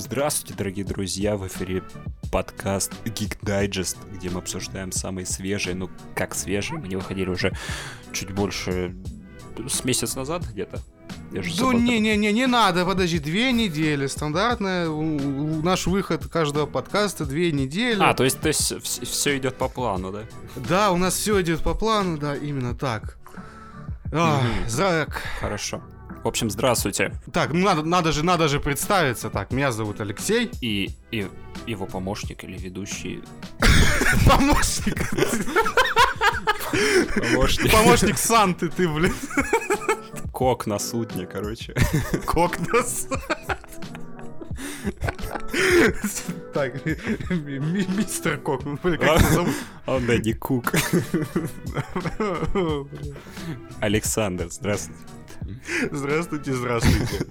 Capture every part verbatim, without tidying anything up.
Здравствуйте, дорогие друзья, в эфире подкаст Geek Digest, где мы обсуждаем самые свежие, ну как свежие, мы не выходили уже чуть больше с месяц назад где-то. Да не-не-не, не надо, подожди, две недели, стандартная, у, у, наш выход каждого подкаста две недели. А, то есть, то есть все идет по плану, да? Да, у нас все идет по плану, да, именно так. Ах, mm-hmm. Зак. Хорошо. В общем, здравствуйте. Так, ну надо, надо же, надо же представиться. Так, меня зовут Алексей. И, и его помощник или ведущий. Помощник. Помощник. Помощник Санты, ты, блин. Кок на судне, короче. Кок на судне. Так, мистер Кок, как его зовут? Он, да, не Кук. Александр, здравствуйте. Здравствуйте, здравствуйте.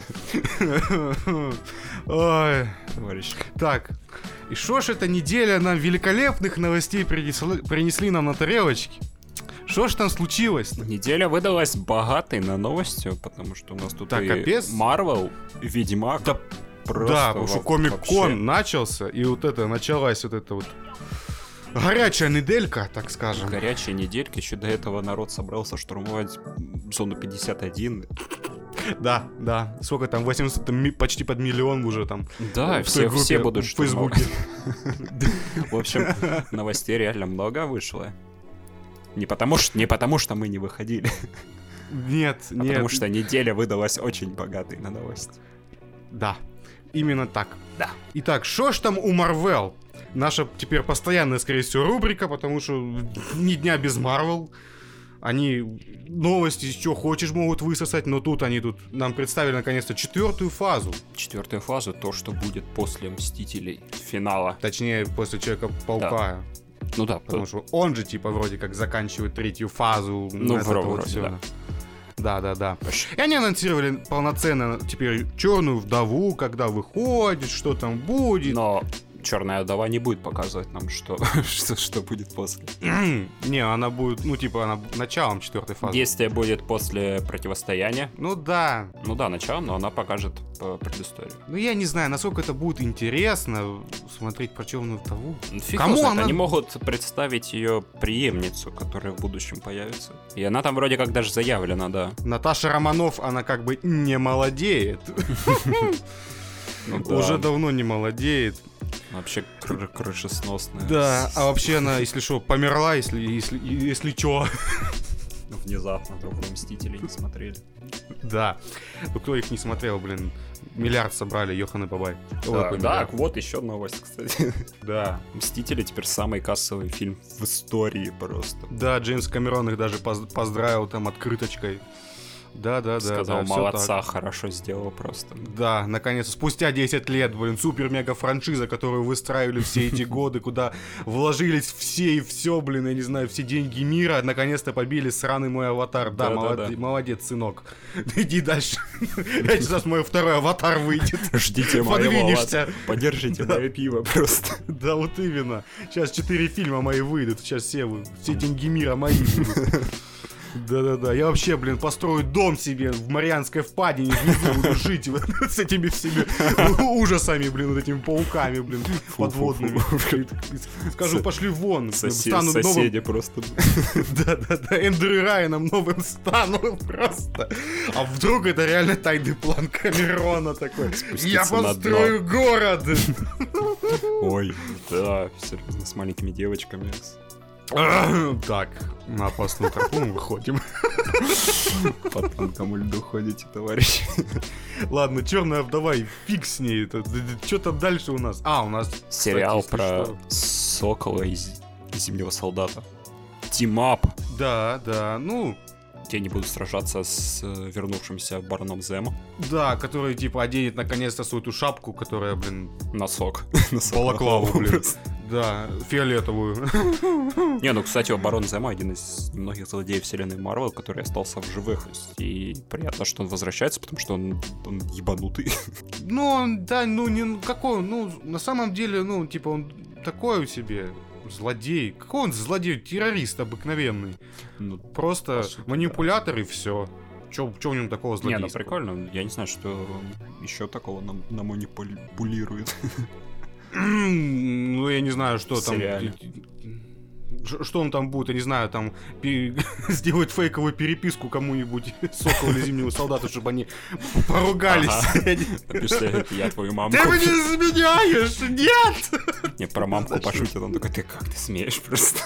Ой, товарищ. Так, и шо ж эта неделя нам великолепных новостей принесли, принесли нам на тарелочке? Что ж там случилось? Неделя выдалась богатой на новостью, потому что у нас тут так, и капец. Марвел, Ведьмак. Да, просто да, потому что Комик-кон начался, и вот это, началась вот эта вот горячая неделька, так скажем. Горячая неделька, еще до этого народ собрался штурмовать зону пятьдесят один. Да, да. Сколько там, восемьдесят, там, почти под миллион уже там. Да, все, группе, все будут в Фейсбуке. В общем, новостей реально много вышло. Не потому, что, не потому что мы не выходили. Нет, а нет. Потому что неделя выдалась очень богатой на новости. Да, именно так. Да. Итак, что ж там у Marvel? Наша теперь постоянная, скорее всего, рубрика, потому что ни дня без Marvel. Они новости, что хочешь, могут высосать, но тут они тут нам представили наконец-то четвертую фазу. Четвертую фазу, то, что будет после Мстителей финала. Точнее, после Человека-паука. Да. Ну да. Потому что он же, типа, вроде как заканчивает третью фазу. Ну, вроде, вот вроде да. Да, да, да. И они анонсировали полноценно теперь Черную вдову, когда выходит, что там будет. Но Черная вдова не будет показывать нам, что, что, что будет после. Не, она будет, ну, типа, она началом четвертой фазы. Действие будет после противостояния. Ну да. Ну да, началом, но она покажет предысторию. Ну я не знаю, насколько это будет интересно смотреть про Черную вдову. Фиг Кому знает, она... Они могут представить ее преемницу, которая в будущем появится. И она там вроде как даже заявлена, да. Наташа Романов, она как бы не молодеет. Уже давно не молодеет. Вообще кры- крышесносная. Да, а вообще она, если что, померла, если, если, если чё. Внезапно вдруг Мстители не смотрели. Да. Ну кто их не смотрел, блин. Миллиард собрали, Йохан и Бабай. Да, да, вот еще новость, кстати. Да. Мстители теперь самый кассовый фильм в истории просто. Да, Джеймс Камерон их даже поздравил там открыточкой. Да, да, да. Сказал, да, молодца, хорошо сделал просто. Да, наконец, спустя десять лет, блин, супер-мега-франшиза, которую выстраивали все эти годы, куда вложились все и все, блин, я не знаю, все деньги мира, наконец-то побили сраный мой аватар. Да, да, молод... да, да. молодец, сынок. Иди дальше. Сейчас мой второй аватар выйдет. Ждите моего аватара. Подержите мое пиво просто. Да, вот именно. Сейчас четыре фильма мои выйдут, сейчас все, все деньги мира мои будут. Да-да-да, я вообще, блин, построю дом себе в Марианской впадине, внизу буду жить с этими всеми ужасами, блин, вот этими пауками, блин, подводными. Скажу, пошли вон. Соседи просто. Да-да-да, Эндрю Райаном новым стану просто. А вдруг это реально тайный план Камерона такой? Я построю город! Ой, да, серьезно, с маленькими девочками. Так, на опасную тропу мы выходим. По тонкому льду ходите, товарищи. Ладно, Черная вдова, фиг с ней. Что там дальше у нас? А, у нас сериал про Сокола и Зимнего солдата. Тимап. Да, да, ну... Те они будут сражаться с вернувшимся бароном Зема. Да, который, типа, оденет наконец-то свою ту шапку, которая, блин... Носок. Балаклаву, блин. Да, фиолетовую. Не, ну, кстати, барон Зема один из многих злодеев вселенной Марвел, который остался в живых. И приятно, что он возвращается, потому что он, он ебанутый. Ну, да, ну, не какой, ну, на самом деле, ну, типа, он такой у себе... Злодей. Какой он злодей? Террорист обыкновенный. Ну, просто манипулятор, да. И все. Чё, чё в нем такого злодейского? Не, ну прикольно. Я не знаю, что еще такого нам наманипулирует. Ну, я не знаю, что там... Сериале. Что он там будет, я не знаю, там пи- сделает фейковую переписку кому-нибудь, Соколу или Зимнему солдату, чтобы они поругались. Напиши, я твою мамку. Ты меня изменяешь, нет! Не, про мамку пошутит, он такой, ты как ты смеешь просто?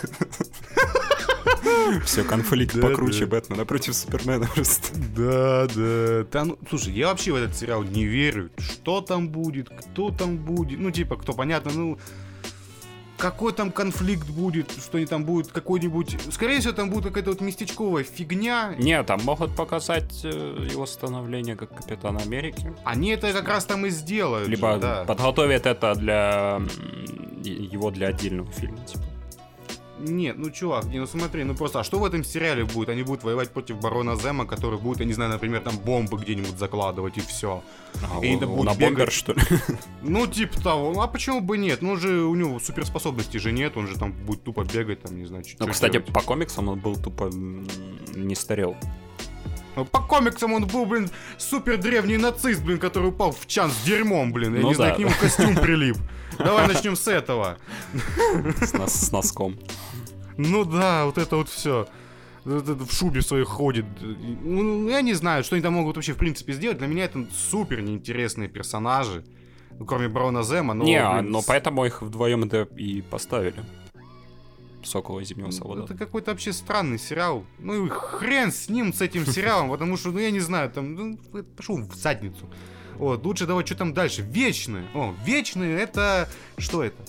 Все, конфликт покруче Бэтмена против Супермена просто. Да, да. Да, ну, слушай, я вообще в этот сериал не верю. Что там будет, кто там будет. Ну, типа, кто, понятно, ну... Какой там конфликт будет, что они там будут какой-нибудь... Скорее всего, там будет какая-то вот местечковая фигня. Не, там могут показать э, его становление как Капитана Америки. Они это как раз там и сделают. Либо же, да. подготовят это для... его для отдельного фильма, типа. Нет, ну чувак, не, ну смотри, ну просто, а что в этом сериале будет? Они будут воевать против барона Зема, который будет, я не знаю, например, там бомбы где-нибудь закладывать и все. А, и он, он он бомбер, что ли? Ну, типа того. А почему бы нет? Ну, же у него суперспособностей же нет, он же там будет тупо бегать, там, не знаю, что. Ну, кстати, делать. По комиксам он был тупо не старел. По комиксам он был, блин, супер древний нацист, блин, который упал в чан с дерьмом, блин. Я ну не да. знаю, к нему костюм прилип. Давай начнем с этого. С, нас, с носком. Ну да, вот это вот все. В шубе своей ходит. Ну, я не знаю, что они там могут вообще в принципе сделать. Для меня это супер неинтересные персонажи. Кроме барона Зема. Но, не, блин, но поэтому их вдвоем это и поставили. Сокола и Зимнего солдата. Это какой-то вообще странный сериал. Ну и хрен с ним, с этим сериалом, потому что, ну я не знаю, там, ну, пошел в задницу. Вот, лучше давай, что там дальше. Вечные. О, вечные, это... Что это?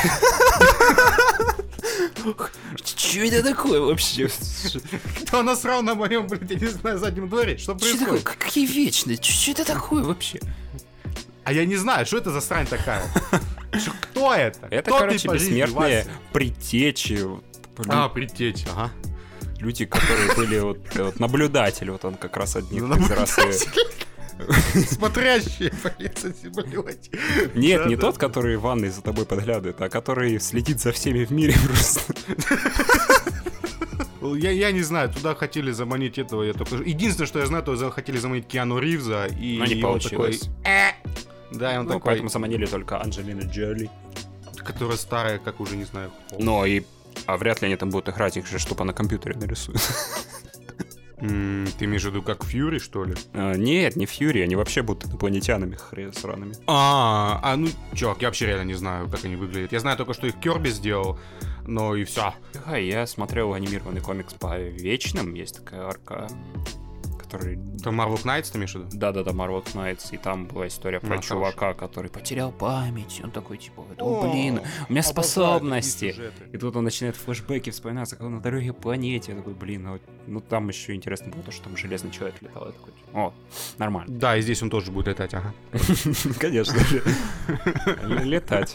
Че это такое вообще? Кто насрал на моем, блядь, я не знаю, заднем дворе? Что происходит? Какие вечные? Че это такое вообще? А я не знаю, что это за срань такая? Кто это? Это, Кто короче, бессмертные предтечи. А, предтечи, ага. Люди, которые были вот, вот наблюдатели, вот он как раз одних из раз смотрящие, блядь. Нет, не тот, который в ванной за тобой подглядывает, а который следит за всеми в мире просто. Я, я не знаю, туда хотели заманить этого, я только... Единственное, что я знаю, то хотели заманить Киану Ривза, и... Но не получилось. Такой... Да, и он ну, такой... поэтому заманили только Анджелину Джоли. Которая старая, как уже, не знаю... Но и... А вряд ли они там будут играть, их же что-то на компьютере нарисуют. Mm, ты имеешь в виду как Фьюри, что ли? А, нет, не Фьюри, они вообще будут инопланетянами хрен сраными. А, а, ну, чувак, я вообще реально не знаю, как они выглядят. Я знаю только, что их Кёрби сделал, но и все. Да, я смотрел анимированный комикс по Вечным, есть такая арка, который... Это Marvel Knights, ты имеешь в виду? Да-да-да, Marvel Knights, и там была история про а, чувака, хорошо. который потерял память, он такой, типа, о, блин, у меня способности. И тут он начинает флешбеки вспоминаться, как он на дороге планете, я такой, блин, ну, ну там еще интересно было то, что там Железный Человек летал, я такой, о, нормально. Да, и здесь он тоже будет летать, ага. Конечно, летать.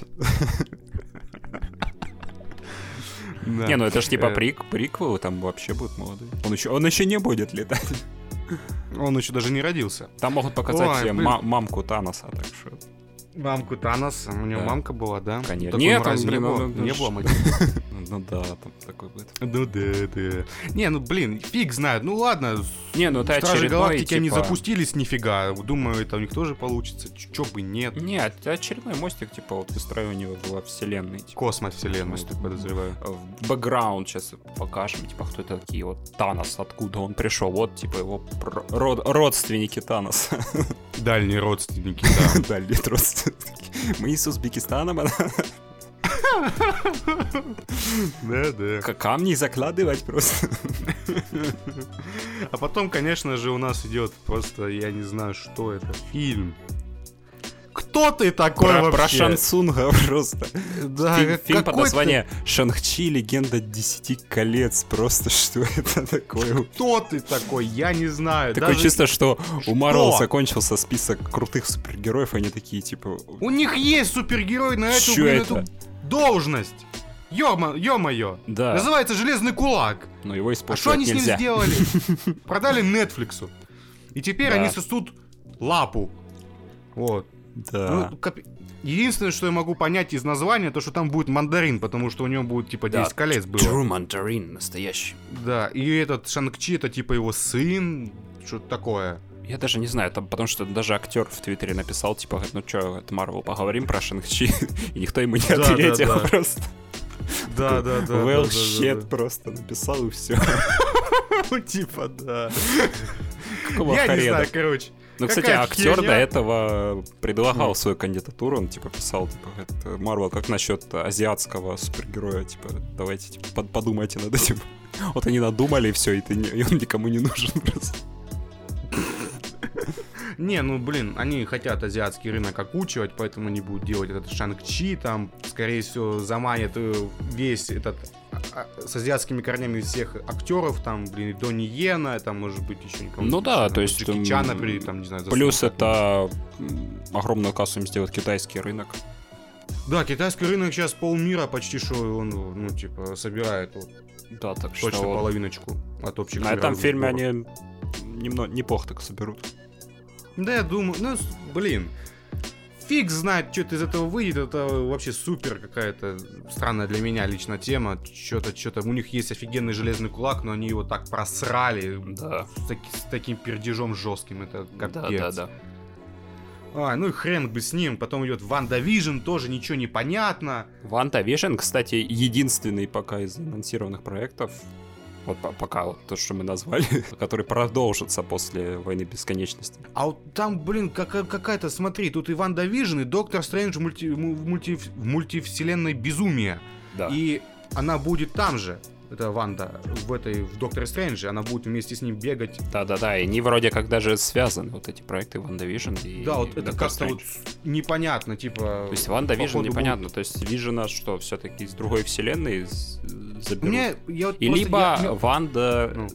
Не, ну это ж типа приквел, там вообще будут молодые. Он еще не будет летать. Он еще даже не родился. Там могут показать Ой, ма- мамку Таноса, так что... Мамку Таноса? У него да. мамка была, да? Конечно. Нет, там, блин, не было, ну, не было мать. Ну да, там такой будет. Ну да, да. Не, ну блин, фиг знает. Ну ладно. Не, ну это Стражи Галактики типа... они запустились нифига. Думаю, это у них тоже получится. Чё бы нет. Нет, это очередной мостик, типа, вот выстраивание во вселенной. Типа. Космос вселенной, так подозреваю. В бэкграунд сейчас покажем, типа, кто это такие. Вот Танос, откуда он пришел. Вот, типа, его род... родственники Таноса. Дальние родственники, да. Дальние родственники. Мы из Узбекистана, да, да. Камни закладывать просто. А потом, конечно же, у нас идет просто, я не знаю, что это, фильм. Кто ты такой про, вообще? Про Шансунга просто. Да, фильм, фильм под названием ты... «Шанг-Чи. Легенда десяти колец». Просто что это такое? Кто ты такой? Я не знаю. Такое Даже... чувство, что, что у Marvel закончился список крутых супергероев, и они такие, типа... У них есть супергерой на эту, блин, эту должность. Ё-мо- ё-моё. Да. Называется «Железный кулак». Но его использовать А что они нельзя. с ним сделали? Продали Нетфликсу. И теперь да. они сосут лапу. Вот. Да. Ну, кап... Единственное, что я могу понять из названия, то, что там будет мандарин, потому что у него будет типа десять да. колец было. True мандарин, настоящий. Да, и этот Шанг-Чи, это типа его сын, что-то такое. Я даже не знаю, там, потому что даже актер в Твиттере написал, типа, ну чё, это Марвел, поговорим про Шанг-Чи, и никто ему не Да, ответил да, да. просто. Да, да, да. Well да, shit, да, да. просто написал и все. Ну, типа, да. Какого Я не хрена? знаю, короче. Ну, кстати, какая актер херня. до этого предлагал Ну. свою кандидатуру, он, типа, писал, типа, это, Марвел, как насчет азиатского супергероя, типа, давайте, типа, под- подумайте над этим. Вот они надумали, и все, и, ты не- и он никому не нужен просто. Не, ну, блин, они хотят азиатский рынок окучивать, поэтому они будут делать этот Шанг-Чи, там, скорее всего, заманят э, весь этот а, а, с азиатскими корнями всех актеров, там, блин, и Донни Йена, там, может быть, еще никого. Ну да, то есть, Джеки м, Чана, при- там, не знаю, Плюс засунут. это м, огромную кассу им сделает китайский рынок. Да, китайский рынок сейчас полмира почти что он, ну, типа, собирает вот, Да, так точно что... половиночку от общих На этом мировых фильме сборов. они немного неплохо так соберут. Да, я думаю, ну, с- блин, фиг знает, что из этого выйдет, это вообще супер какая-то странная для меня лично тема, что-то, что-то, у них есть офигенный железный кулак, но они его так просрали, Да. с, таки- с таким пердежом жестким, это Да, капец. да, да. А, ну и хрен бы с ним, потом идет Ванда Вижн, тоже ничего не понятно. Ванда Вижн, кстати, единственный пока из анонсированных проектов, вот по- пока вот то, что мы назвали, который продолжится после Войны Бесконечности. А вот там, блин, какая- какая-то, смотри, тут и Ванда Вижн, и Доктор Стрэндж в, мульти, му- в мульти- в мультивселенной безумия. Да. И она будет там же, это Ванда, в этой, в Докторе Стрэндже, она будет вместе с ним бегать. Да-да-да, и они вроде как даже связаны, вот эти проекты Ванда Вижн и Да, вот это Доктор как-то вот Стрэндж. непонятно, типа... То есть Ванда Вижн походу, непонятно, то есть Вижна что, все-таки из другой вселенной з- заберут? Мне, я вот И просто- либо я- я- Ванда Ну.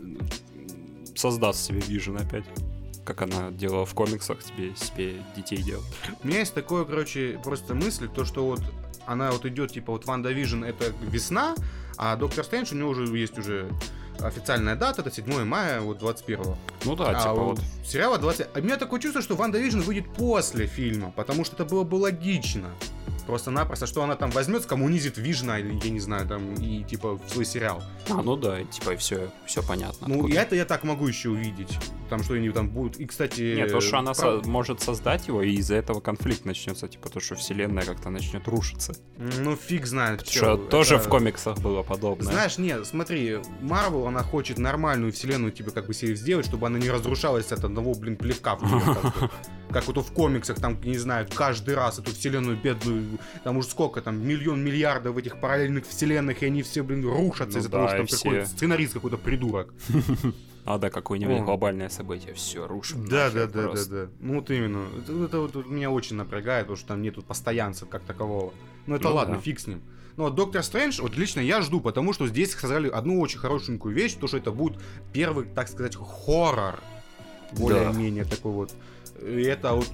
создаст себе Вижн опять, как она делала в комиксах, себе, себе детей делала. У меня есть такое, короче, просто мысль, то, что вот она вот идет, типа, вот Ванда Вижн это весна, а Доктор Стрэндж у него уже есть уже официальная дата, это седьмое мая, вот двадцать первого. Ну да, а типа у вот. сериала двадцать... А у меня такое чувство, что Ванда Вижн выйдет после фильма, потому что это было бы логично. Просто-напросто, что она там возьмет, скоммунизит Вижна, или я не знаю, там, и типа в свой сериал. А, ну да, и, типа, и все, все понятно. Ну, откуда. и это я так могу еще увидеть. Там, что они там будут. И, кстати... Нет, то, что она прав- со- может создать его, и из-за этого конфликт начнется, типа, то, что вселенная как-то начнет руситься. Ну, фиг знает, Что чё, тоже это- в комиксах было подобное. Знаешь, нет, смотри, Марвел, она хочет нормальную вселенную, типа, как бы себе сделать, чтобы она не разрушалась от одного, блин, плевка в неё, как бы. Как вот в комиксах, там, не знаю, каждый раз эту вселенную бедную, там уж сколько, там, миллион миллиардов этих параллельных вселенных, и они все, блин, рушатся Ну из-за да, того, что и там все. приходит сценарист какой-то придурок. А, да, какое-нибудь О. глобальное событие, все, рушим. Да, нахер да, да, да, просто. да. Ну вот именно. Это, это вот меня очень напрягает, потому что там нету постоянцев как такового. Ну это Ну ладно, да. фиг с ним. Но вот Доктор Стрэндж, вот лично я жду, потому что здесь сказали одну очень хорошенькую вещь, то что это будет первый, так сказать, хоррор. Более-менее такой вот. И это вот,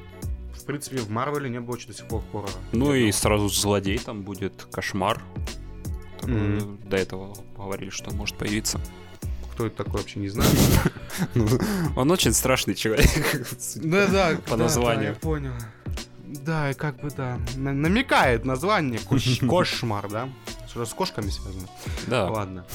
в принципе, в Марвеле не было еще до сих пор хоррора. Ну Я и думаю. сразу злодей там будет Кошмар. Такой, Мгм. До этого говорили, что он может появиться. Кто это такой, вообще не знаю. Ну, он очень страшный человек. Да-да, По названию. я понял. Да, и как бы, да, на- намекает название. Кош- Кошмар, да? Что с кошками связано. Да. Ладно.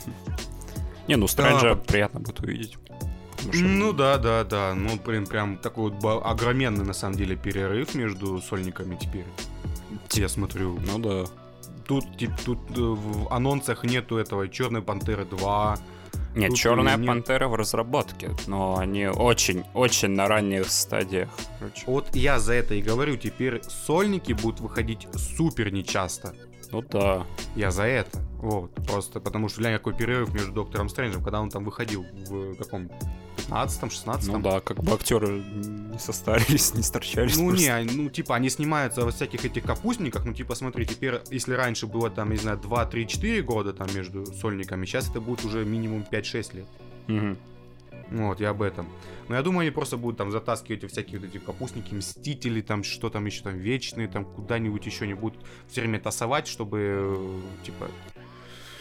Не, ну Стрэнджа Да. приятно будет увидеть. Потому что- Ну да, да, да. Ну, блин, прям такой вот ба- огроменный, на самом деле, перерыв между сольниками теперь. Я смотрю. Ну да. Тут, тип, тут э, в анонсах нету этого Черной Пантеры два. Нет, Тут Черная нет. Пантера в разработке, но они очень-очень на ранних стадиях. Короче. Вот я за это и говорю, теперь сольники будут выходить супер нечасто. Ну да. Я за это. Вот. Просто потому что, глянь, какой перерыв между Доктором Стрэнджем, когда он там выходил в каком пятнадцатом, шестнадцатом. Ну да, как бы актеры не состарились, не сторчались. Ну просто. не, они- ну типа они снимаются во всяких этих капустниках, ну типа смотри, теперь, если раньше было там, не знаю, два, три, четыре года там между сольниками, сейчас это будет уже минимум пять-шесть лет. Мгм. Вот, я об этом. Но я думаю, они просто будут там затаскивать всякие вот эти капустники, мстители, там что там еще там, вечные, там куда-нибудь еще не будут все время тасовать, чтобы, э, типа,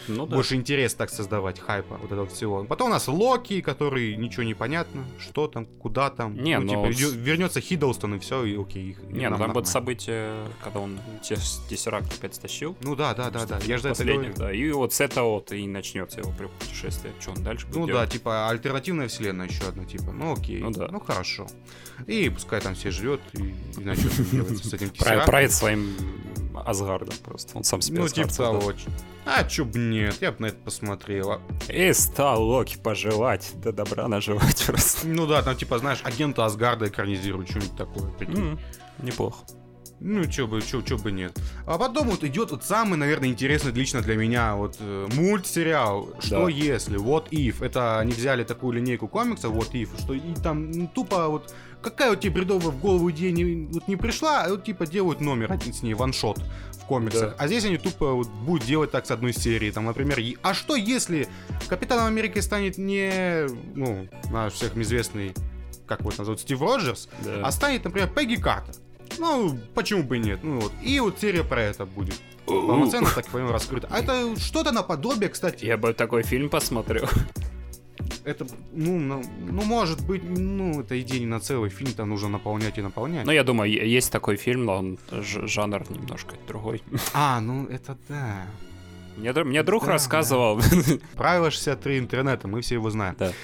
Ну, да. Больше интерес так создавать, хайпа, вот этого всего. Потом у нас Локи, который ничего не понятно, что там, куда там. Не, ну, но... типа, вернется Хиддлстон и все, и окей. Их, не, ну там будет событие, когда он Тессеракт опять стащил. Ну да, да, да, да. Я же за это говорю. Да. И вот с этого вот и начнется его путешествие. Что он дальше будет Ну делать? да, типа альтернативная вселенная еще одна, типа. Ну окей. Ну да. Ну хорошо. И пускай там все живет, и иначе что делается с этим Тессерактом. Правит своим Асгардом просто. Он сам себе Ну Асгард типа создал. очень. А чё б нет, я бы на это посмотрел. И стал Локи пожелать, до добра наживать просто. Ну да, там типа, знаешь, агента Асгарда экранизируют, что-нибудь такое. Mm-hmm. Неплохо. Ну, чё бы, чё, чё бы нет. А потом вот идет вот самый, наверное, интересный лично для меня вот э, мультсериал «Что да. если?», «What if?». Это они взяли такую линейку комиксов «What if?», что и там ну, тупо вот какая вот тебе бредовая в голову идея не, вот не пришла, а вот типа делают номер один с ней, ваншот в комиксах. Да. А здесь они тупо вот будут делать так с одной серии. Там, например, а что если Капитаном Америки станет не, ну, наш всем известный, как вот называют, Стив Роджерс, да. а станет, например, Пегги Картер. Ну, почему бы и нет? Ну вот. И вот серия про это будет. Полноценно, так понимаю, раскрыто. А это что-то наподобие, кстати. Я бы такой фильм посмотрел. Это, ну, ну, ну, может быть, ну, это идея не на целый фильм, там нужно наполнять и наполнять. Ну, я думаю, есть такой фильм, но он ж- жанр немножко другой. А, ну, это да. Мне, мне друг да, рассказывал. Да. Правило шестьдесят три интернета, мы все его знаем. Да.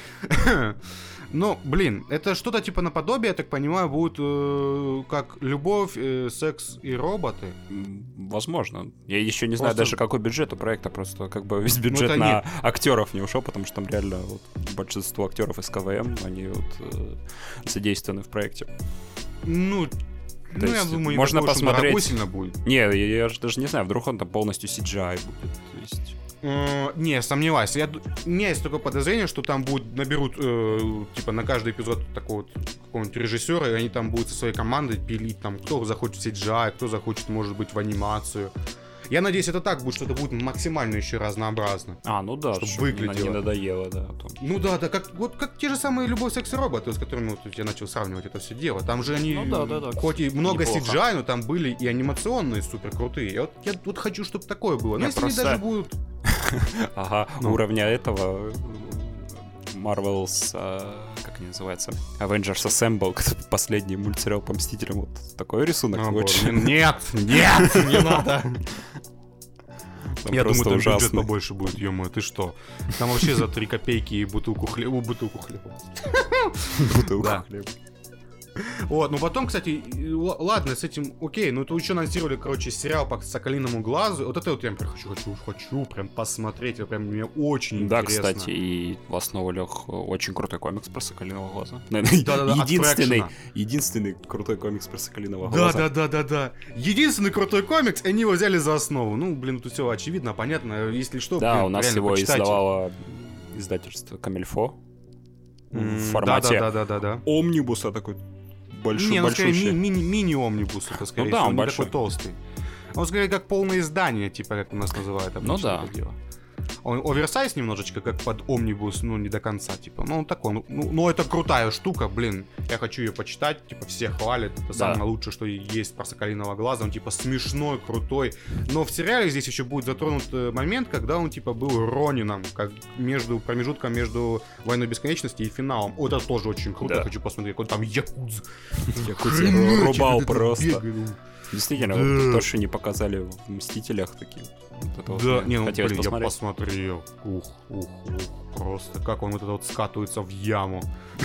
Ну, блин, это что-то типа наподобие, я так понимаю, будет э, как любовь, э, секс и роботы. Возможно. Я еще не знаю Просто... даже, какой бюджет у проекта, просто как бы весь бюджет ну, на нет. актеров не ушел, потому что там реально вот, большинство актеров из КВМ, они вот э, задействованы в проекте. Ну, То ну есть, я думаю, можно такое, посмотреть. Сильно будет. Не, я, я же даже не знаю, вдруг он там полностью си джи ай будет. То есть... Uh, не, сомневаюсь. Я, у меня есть такое подозрение, что там будут, наберут, э, типа, на каждый эпизод такого вот какого-нибудь режиссера, и они там будут со своей командой пилить, там, кто захочет си джи ай, кто захочет, может быть, в анимацию. Я надеюсь, это так будет, что это будет максимально еще разнообразно. А, ну да, чтобы чтобы выглядело. Не надоело, да. А то... Ну да, да, как, вот как те же самые «Любовь, секс и роботы», с которыми вот я начал сравнивать это все дело. Там же они, ну, да, да, да, хоть и много неплохо. си джи ай, но там были и анимационные супер крутые. Я вот, я вот хочу, чтобы такое было. Но Я если просто... они даже будут... Ага, ну. уровня этого... Marvel's, а, как они называются? Avengers Assemble, последний мультсериал по Мстителям. Вот такой рисунок. О, очень... Нет, нет, не надо. Там я думаю, там ужасный. бюджет побольше будет, ё-моё, ты что? Там вообще за три копейки и бутылку хлеба, бутылку хлеба. Бутылку хлеба. Вот, ну потом, кстати, л- ладно, с этим окей, ну это еще анонсировали, короче, сериал по «Соколиному глазу». Вот это вот я прям хочу, хочу, хочу прям посмотреть, это прям мне очень да, интересно. Да, кстати, и в основу лег очень крутой комикс про Соколиного глаза. Да-да-да, единственный, единственный крутой комикс про Соколиного да, глаза. Да-да-да-да-да. Единственный крутой комикс, они его взяли за основу. Ну, блин, тут все очевидно, понятно, если что. Да, блин, у нас его почитайте. издавало издательство Камильфо mm, в формате да-да-да-да-да. омнибуса такой. Большой, не, ну скорее ми- ми- ми- мини-омнибус, это скорее ну, да, всего, он не большой. такой толстый. Он скорее как полное издание, типа, как у нас называют обычно ну, да. это дело. Он оверсайз немножечко, как под омнибус, ну, не до конца, типа. Ну, он такой, ну, ну, это крутая штука, блин. Я хочу ее почитать, типа, все хвалят. Это да. самое лучшее, что есть про «Соколиного глаза». Он, типа, смешной, крутой. Но в сериале здесь еще будет затронут момент, когда он, типа, был Ронином, как между промежутком между «Войной бесконечности» и финалом. О, это тоже очень круто. Да. Хочу посмотреть, как он там якудз. Якудз рубал просто. Действительно, да. вот то, что не показали в «Мстителях» такие. Вот да, вот не, ну, блин, посмотреть. я посмотрел. Ух, ух, ух. Просто как он вот это вот скатывается в яму.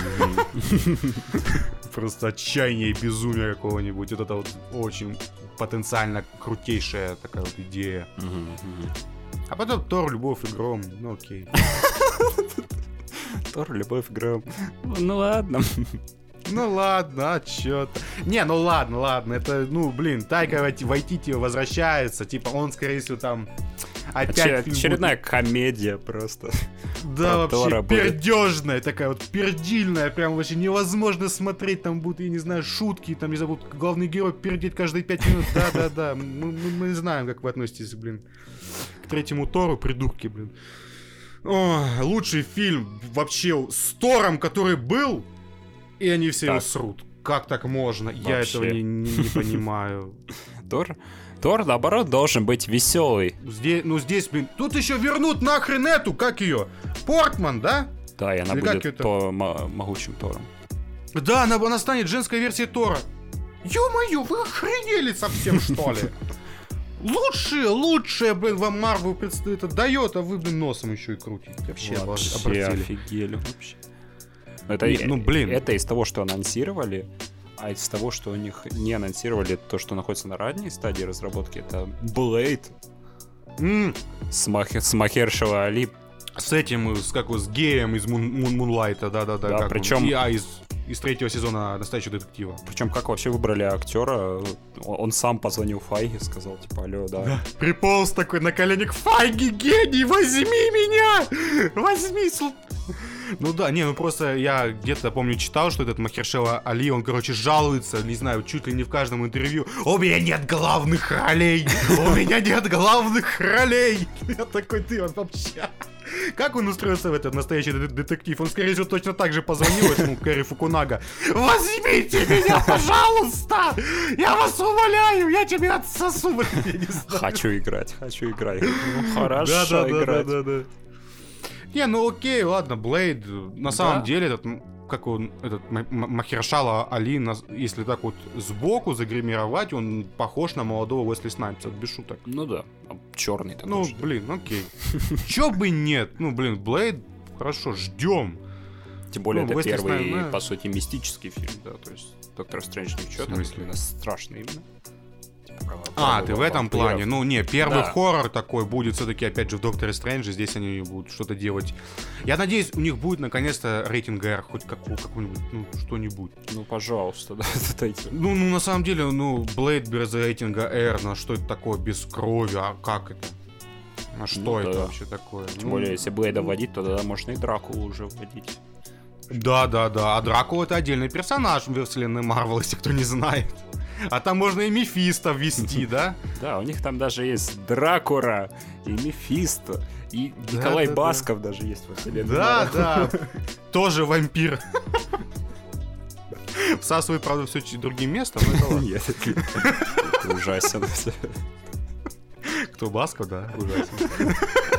Просто отчаяние и безумие какого-нибудь. Вот это вот очень потенциально крутейшая такая вот идея. А потом Тор, любовь и гром. Ну окей. Тор, любовь и гром. Ну ладно. Ну ладно, а чё-то. Не, ну ладно, ладно, это, ну, блин, Тайка Вайтити возвращается, типа, он, скорее всего, там опять... Очер- очередная будет... комедия просто. Да, вообще, пердёжная, такая вот, пердильная, прям вообще невозможно смотреть, там будут, я не знаю, шутки, там, не забудут, главный герой пердит каждые пять минут, да-да-да, мы, мы знаем, как вы относитесь, блин, к третьему Тору, придурки, блин. О, лучший фильм вообще с Тором, который был... И они все его срут. Как так можно? Вообще. Я этого не, не, не понимаю. Тор? Тор, наоборот, должен быть веселый. Здесь, ну здесь, блин, тут еще вернут нахрен эту, как ее? Портман, да? Да, и она Или будет то м- могучим Тором. Да, она, она станет женской версией Тора. Ё-моё, вы охренели совсем, что ли? Лучшее, лучшее, блин, вам Марвел предстоит, это дает, а вы, блин, носом еще и крутите. Вообще, вообще офигели, вообще. Это, ну, блин. Это из того, что анонсировали, а из того, что у них не анонсировали, то, что находится на ранней стадии разработки, это Blade mm. с, Мах... с Махершала Али. С этим, с, как с геем из Мунлайта, да-да-да. Да, причем... И, а, из... из третьего сезона «Настоящего детектива». Причем как вообще выбрали актера? Он сам позвонил Файге, сказал, типа, алло, да. да. Приполз такой на коленях: Файги, гений, возьми меня! Возьми! Ну да, не, ну просто я где-то, помню, читал, что этот Махершала Али, он, короче, жалуется, не знаю, чуть ли не в каждом интервью: у меня нет главных ролей! У меня нет главных ролей! Я такой, ты, он вообще... Как он устроился в этот настоящий детектив? Он, скорее всего, точно так же позвонил этому Кэрри Фукунага: возьмите меня, пожалуйста! Я вас умоляю, я тебе отсосу! Хочу играть, хочу играть. Ну, хорошо играть. Да-да-да. Не, ну окей, ладно, Блейд, на самом деле, этот, как он, этот Махершала Али, если так вот сбоку загримировать, он похож на молодого Уэсли Снайпса, без шуток. Ну да, черный такой. Ну, блин, окей. Чё бы нет? Ну, блин, Блейд, хорошо, ждем. Тем более, это первый, по сути, мистический фильм, да, то есть Доктор Стрэндж не в чёт, именно страшный именно. А, ты в этом плане? Ну, не, первый да. хоррор такой будет все-таки, опять же, в Докторе Стрэндже. Здесь они будут что-то делать. Я надеюсь, у них будет, наконец-то, рейтинг R, хоть какого, какого-нибудь, ну, что-нибудь. Ну, пожалуйста, да, ну, ну, на самом деле, ну, Блейд без рейтинга R, ну, что это такое, без крови, а как это? А что ну, это да. вообще такое? Тем ну, более, если Блейда вводить, то тогда можно и Дракулу уже вводить. Да-да-да, а Дракула — это отдельный персонаж в вселенной Марвел, если кто не знает. А там можно и Мефисто ввести, да? Да, у них там даже есть Дракула, и Мефисто, и Николай Басков даже есть во вселенной. Да, да, тоже вампир. Всасывает, правда, все другим местом, но это ладно. Нет, это ужасно. Кто, Басков, да? Ужасно.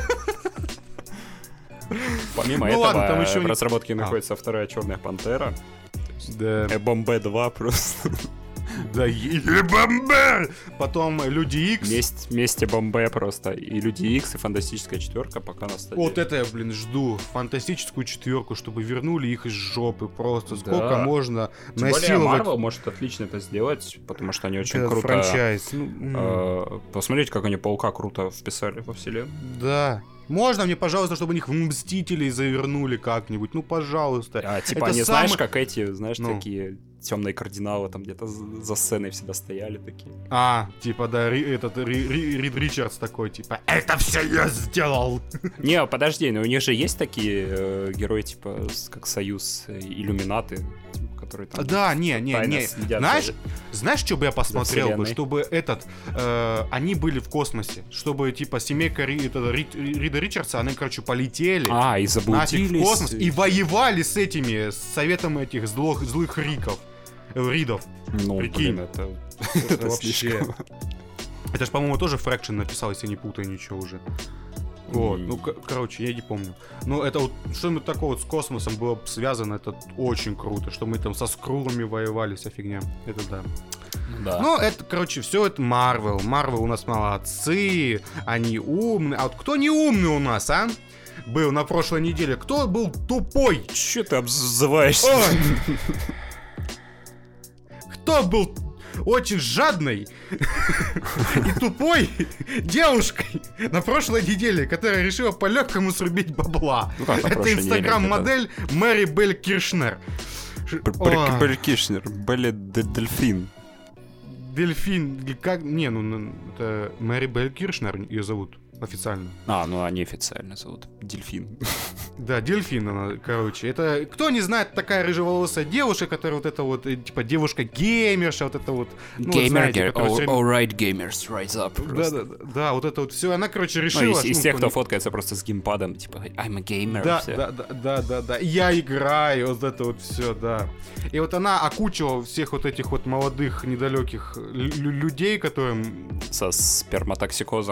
Помимо ну, этого, ладно, там еще в разработке а. находится вторая Черная Пантера. Да. Бомбе два просто. Да, Бомбе! Потом Люди Икс. Месть, вместе Бомбе просто. И Люди Икс, и Фантастическая четверка пока на стадии. Вот это я, блин, жду. Фантастическую четверку, чтобы вернули их из жопы просто. Да. Сколько можно Тем насиловать. Более Marvel может отлично это сделать, потому что они очень это круто... франчайз. Э, посмотрите, как они Паука круто вписали во вселенную. Да. Можно мне, пожалуйста, чтобы их в Мстителей завернули как-нибудь? Ну, пожалуйста. А, типа, это они самый... знаешь, как эти, знаешь, ну. такие темные кардиналы там где-то за сценой всегда стояли такие. А, типа, да, Ри, этот Ри, Ри, Рид Ричардс такой, типа, это все я сделал! Не, подожди, но у них же есть такие э, герои, типа, как Союз, Иллюминаты, которые там... Да, не, не, не. Знаешь, за... знаешь, что бы я посмотрел бы? Чтобы этот, э, они были в космосе, чтобы, типа, семейка Ри, это, Ри, Рида Ричардса, они, короче, полетели а, и заблудились. нафиг в космос и воевали с этими, с советом этих злых, злых Риков. Ридов. Ну, прикинь. блин, это... это, это вообще... Это ж, по-моему, тоже Фрэкшн написал, если я не путаю ничего уже. Вот, mm. ну, к- короче, я не помню. Но это вот, что-нибудь такое вот с космосом было связано, это очень круто. Что мы там со скрулами воевали, вся фигня. Это да. Да. Ну, это, короче, все это Марвел. Марвел у нас молодцы, они умные. А вот кто не умный у нас, а? Был на прошлой неделе. Кто был тупой? Че ты обзываешься? Кто был очень жадной и тупой девушкой на прошлой неделе, которая решила по-легкому срубить бабла? Ну, это инстаграм-модель это... Мэри Белль Киршнер. Белль Киршнер, Белль Дельфин. Дельфин, как... Не, ну, это Мэри Белль Киршнер ее зовут официально. А, ну они официально зовут. Дельфин. Да, дельфин она, короче. Это, кто не знает, такая рыжеволосая девушка, которая вот это вот, типа, девушка-геймерша, вот это вот... Ну, Геймер, all, all right, gamers, rise up. Да, да, да, да, вот это вот все. Она, короче, решила... Ну, из, из тех, кто фоткается просто с геймпадом, типа, I'm a gamer. Да, да, да, да, да, да. Я играю, вот это вот все, да. И вот она окучила всех вот этих вот молодых, недалеких лю- людей, которым... Со сперматоксикозом.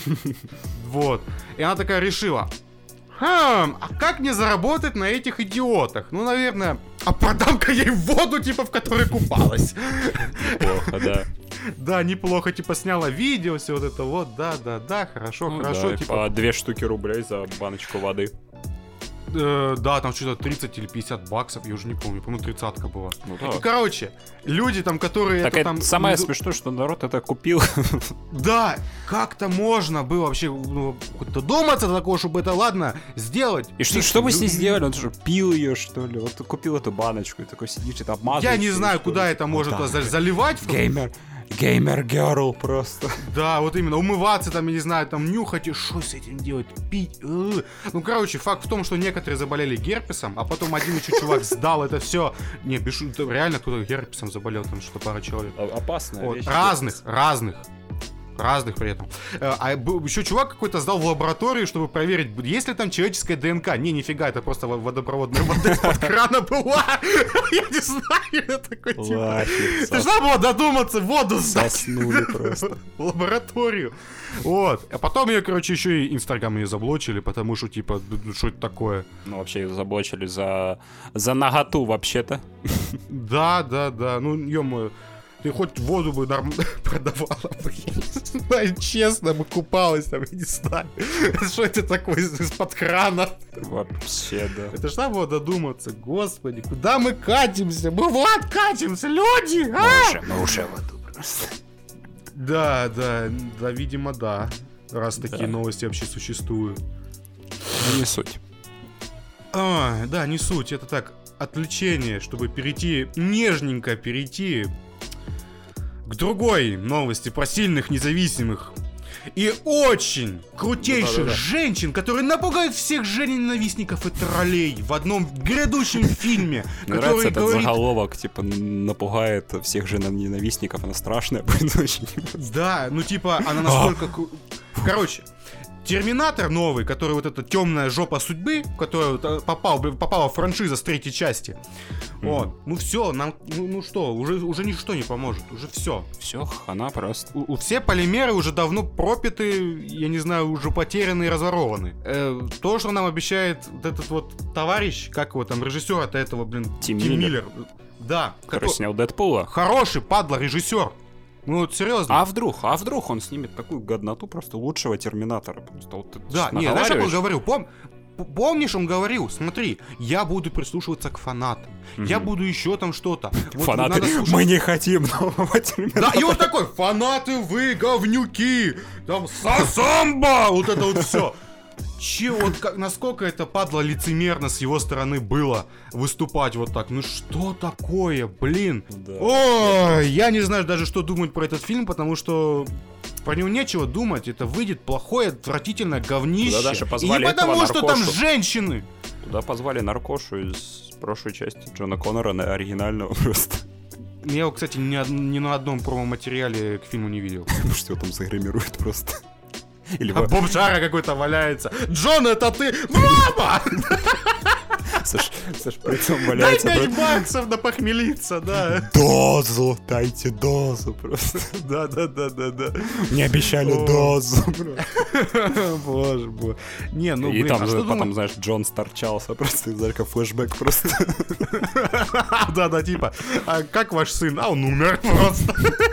Вот. И она такая решила... Хм, а как мне заработать на этих идиотах? Ну, наверное, а продам-ка ей воду, типа, в которой купалась. Плохо, да. Да, неплохо, типа, сняла видео, все вот это вот, да-да-да, хорошо, ну, хорошо. Да, типа... по две штуки рублей за баночку воды. Э, да, там что-то тридцать или пятьдесят баксов, я уже не помню, по-моему, тридцатка была. Ну, да. И, короче, люди там, которые... Так это, это там... самое смешное, что народ это купил. Да, как-то можно было вообще ну, додуматься до такого, чтобы это, ладно, сделать. И что, что вы с ней сделали? Он что, пил ее, что ли? Вот купил эту баночку и такой сидишь, это обмазываешь. Я не знаю, куда это может да. заливать. Геймер. Геймер-герл просто. Да, вот именно, умываться там, я не знаю, там нюхать, и что с этим делать, пить. Ну, короче, факт в том, что некоторые заболели герпесом, а потом один еще чувак сдал это все. Не, без шуток, реально кто-то герпесом заболел, там что-то пара человек. Опасная вот, вещь. Разных, разных. Разных при этом. А еще чувак какой-то сдал в лабораторию, чтобы проверить, есть ли там человеческая ДНК. Не, нифига, это просто водопроводная вода из-под крана была. Я не знаю, я такой типа... Ты же надо было додуматься, воду сдать. Заснули просто. В лабораторию. Вот. А потом ее, короче, еще и Инстаграм ее заблочили, потому что, типа, что это такое? Ну, вообще ее заблочили за... за наготу, вообще-то. Да, да, да. Ну, ё-моё. Ты хоть воду бы нормально продавала бы, я не знаю, честно бы купалась там, я не знаю. Что это такое из-под крана? Вообще, да. Это ж надо было додуматься, господи, куда мы катимся? Мы в ад катимся, люди, а? Мы уже, мы уже в аду просто. Да, да, да, видимо, да. Раз такие новости вообще существуют. Не суть. А, да, не суть, это так, отвлечение, чтобы перейти, нежненько перейти к другой новости про сильных, независимых и очень крутейших да, да, да. женщин, которые напугают всех жене-ненавистников и троллей в одном грядущем фильме, Мне который нравится этот говорит... заголовок, типа, напугает всех жене-ненавистников, она страшная будет очень. Да, ну типа, она настолько... кру- Короче, Терминатор новый, который вот эта темная жопа судьбы, в которую попал, попала франшиза с третьей части. Mm-hmm. Вот. Ну все, нам, ну, ну что, уже, уже ничто не поможет, уже все. Все, хана просто. У, у все полимеры уже давно пропиты, я не знаю, уже потеряны и разворованы. Э, то, что нам обещает вот этот вот товарищ, как его там, режиссер от этого, блин, Тим Тим Миллер. Миллер. Да. Который который... снял Дэдпула. Хороший, падла, режиссер. Ну вот серьезно. А вдруг, а вдруг он снимет такую годноту просто лучшего Терминатора? Просто вот ты да, не, знаешь, как он говорил? Пом... Помнишь, он говорил, смотри, я буду прислушиваться к фанатам, mm-hmm. я буду еще там что-то. Вот фанаты, слушать... мы не хотим нового Терминатора. Да, и он такой, фанаты вы, говнюки, там, сасамба, вот это вот все. Че, вот как, насколько это падло лицемерно с его стороны было выступать вот так. Ну что такое, блин? Да. Ой, я не знаю даже, что думать про этот фильм, потому что про него нечего думать. Это выйдет плохое, отвратительное говнище. Туда даже позвали И не потому, что наркошу. там женщины. Туда позвали наркошу из прошлой части Джона Коннора, на оригинального просто. Я его, кстати, ни, ни на одном промо-материале к фильму не видел. Что там загримирует просто. Или а Боб Жара какой-то валяется. Джон, это ты? Мама! Саш, Саш, при этом валяется. Дай пять баксов на похмелиться, да. Дозу, дайте дозу просто. Да-да-да-да-да. Не обещали дозу. Боже мой. Не, ну, и блин, там а же что потом, думать? знаешь, Джон сторчался просто из арка флешбэк просто. Да-да, типа, а как ваш сын? А он умер просто.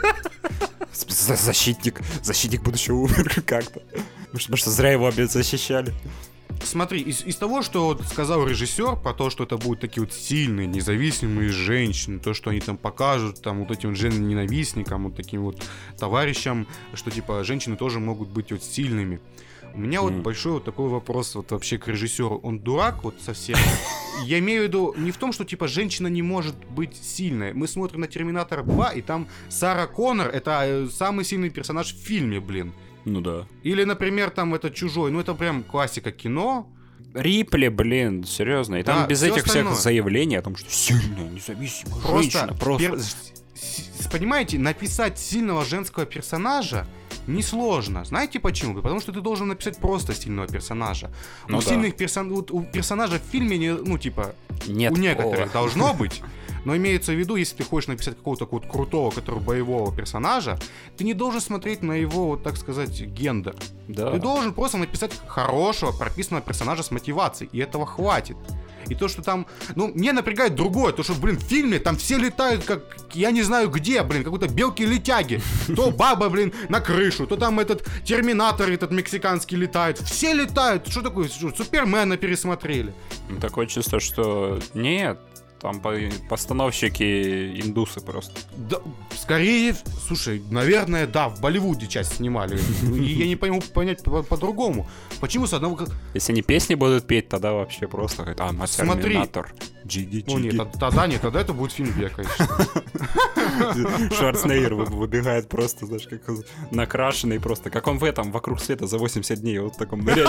Защитник, защитник будущего умер как-то. Потому что зря его опять защищали. Смотри, из, из того, что вот сказал режиссер, про то, что это будут такие вот сильные, независимые женщины, то, что они там покажут, там, вот этим вот женоненавистникам, вот таким вот товарищам, что, типа, женщины тоже могут быть вот сильными. У меня mm. вот большой вот такой вопрос вот вообще к режиссеру. Он дурак вот совсем? Я имею в виду не в том, что, типа, женщина не может быть сильной. Мы смотрим на Терминатор два, и там Сара Коннор — это самый сильный персонаж в фильме, блин. Ну да. Или, например, там это «Чужой». Ну, это прям классика кино. Рипли, блин, серьезно. И там Да, без всё этих остальное. всех заявлений о том, что сильная, независимая женщина. Просто. пер- с- Понимаете, написать сильного женского персонажа несложно. Знаете почему? Потому что ты должен написать просто сильного персонажа. Ну у да. сильных персон... вот у персонажа в фильме, не, ну, типа, Нет у некоторых пола. должно быть. Но имеется в виду, если ты хочешь написать какого-то такого вот крутого, который боевого персонажа, ты не должен смотреть на его, вот так сказать, гендер. Да. Ты должен просто написать хорошего, прописанного персонажа с мотивацией, и этого хватит. И то, что там... Ну, мне напрягает другое, то, что, блин, в фильме там все летают, как я не знаю где, блин, какой-то белки-летяги. То баба, блин, на крышу, то там этот терминатор этот мексиканский летает. Все летают. Что такое? Что, Супермена пересмотрели. Ну, такое чувство, что нет, там по- постановщики индусы просто. Да, скорее, слушай, наверное, да, в Болливуде часть снимали. И я не пойму понять по- по-другому. Почему с одного... как- Если они песни будут петь, тогда вообще просто говорит, а, мы Смотри. терминатор. Джиги, Ну нет, джиги. тод- тогда нет, тогда это будет фильм века. я считаю. Шварценеггер вы- выбегает просто, знаешь, как он накрашенный просто, как он в этом, вокруг света за восемьдесят дней, вот в таком наряде.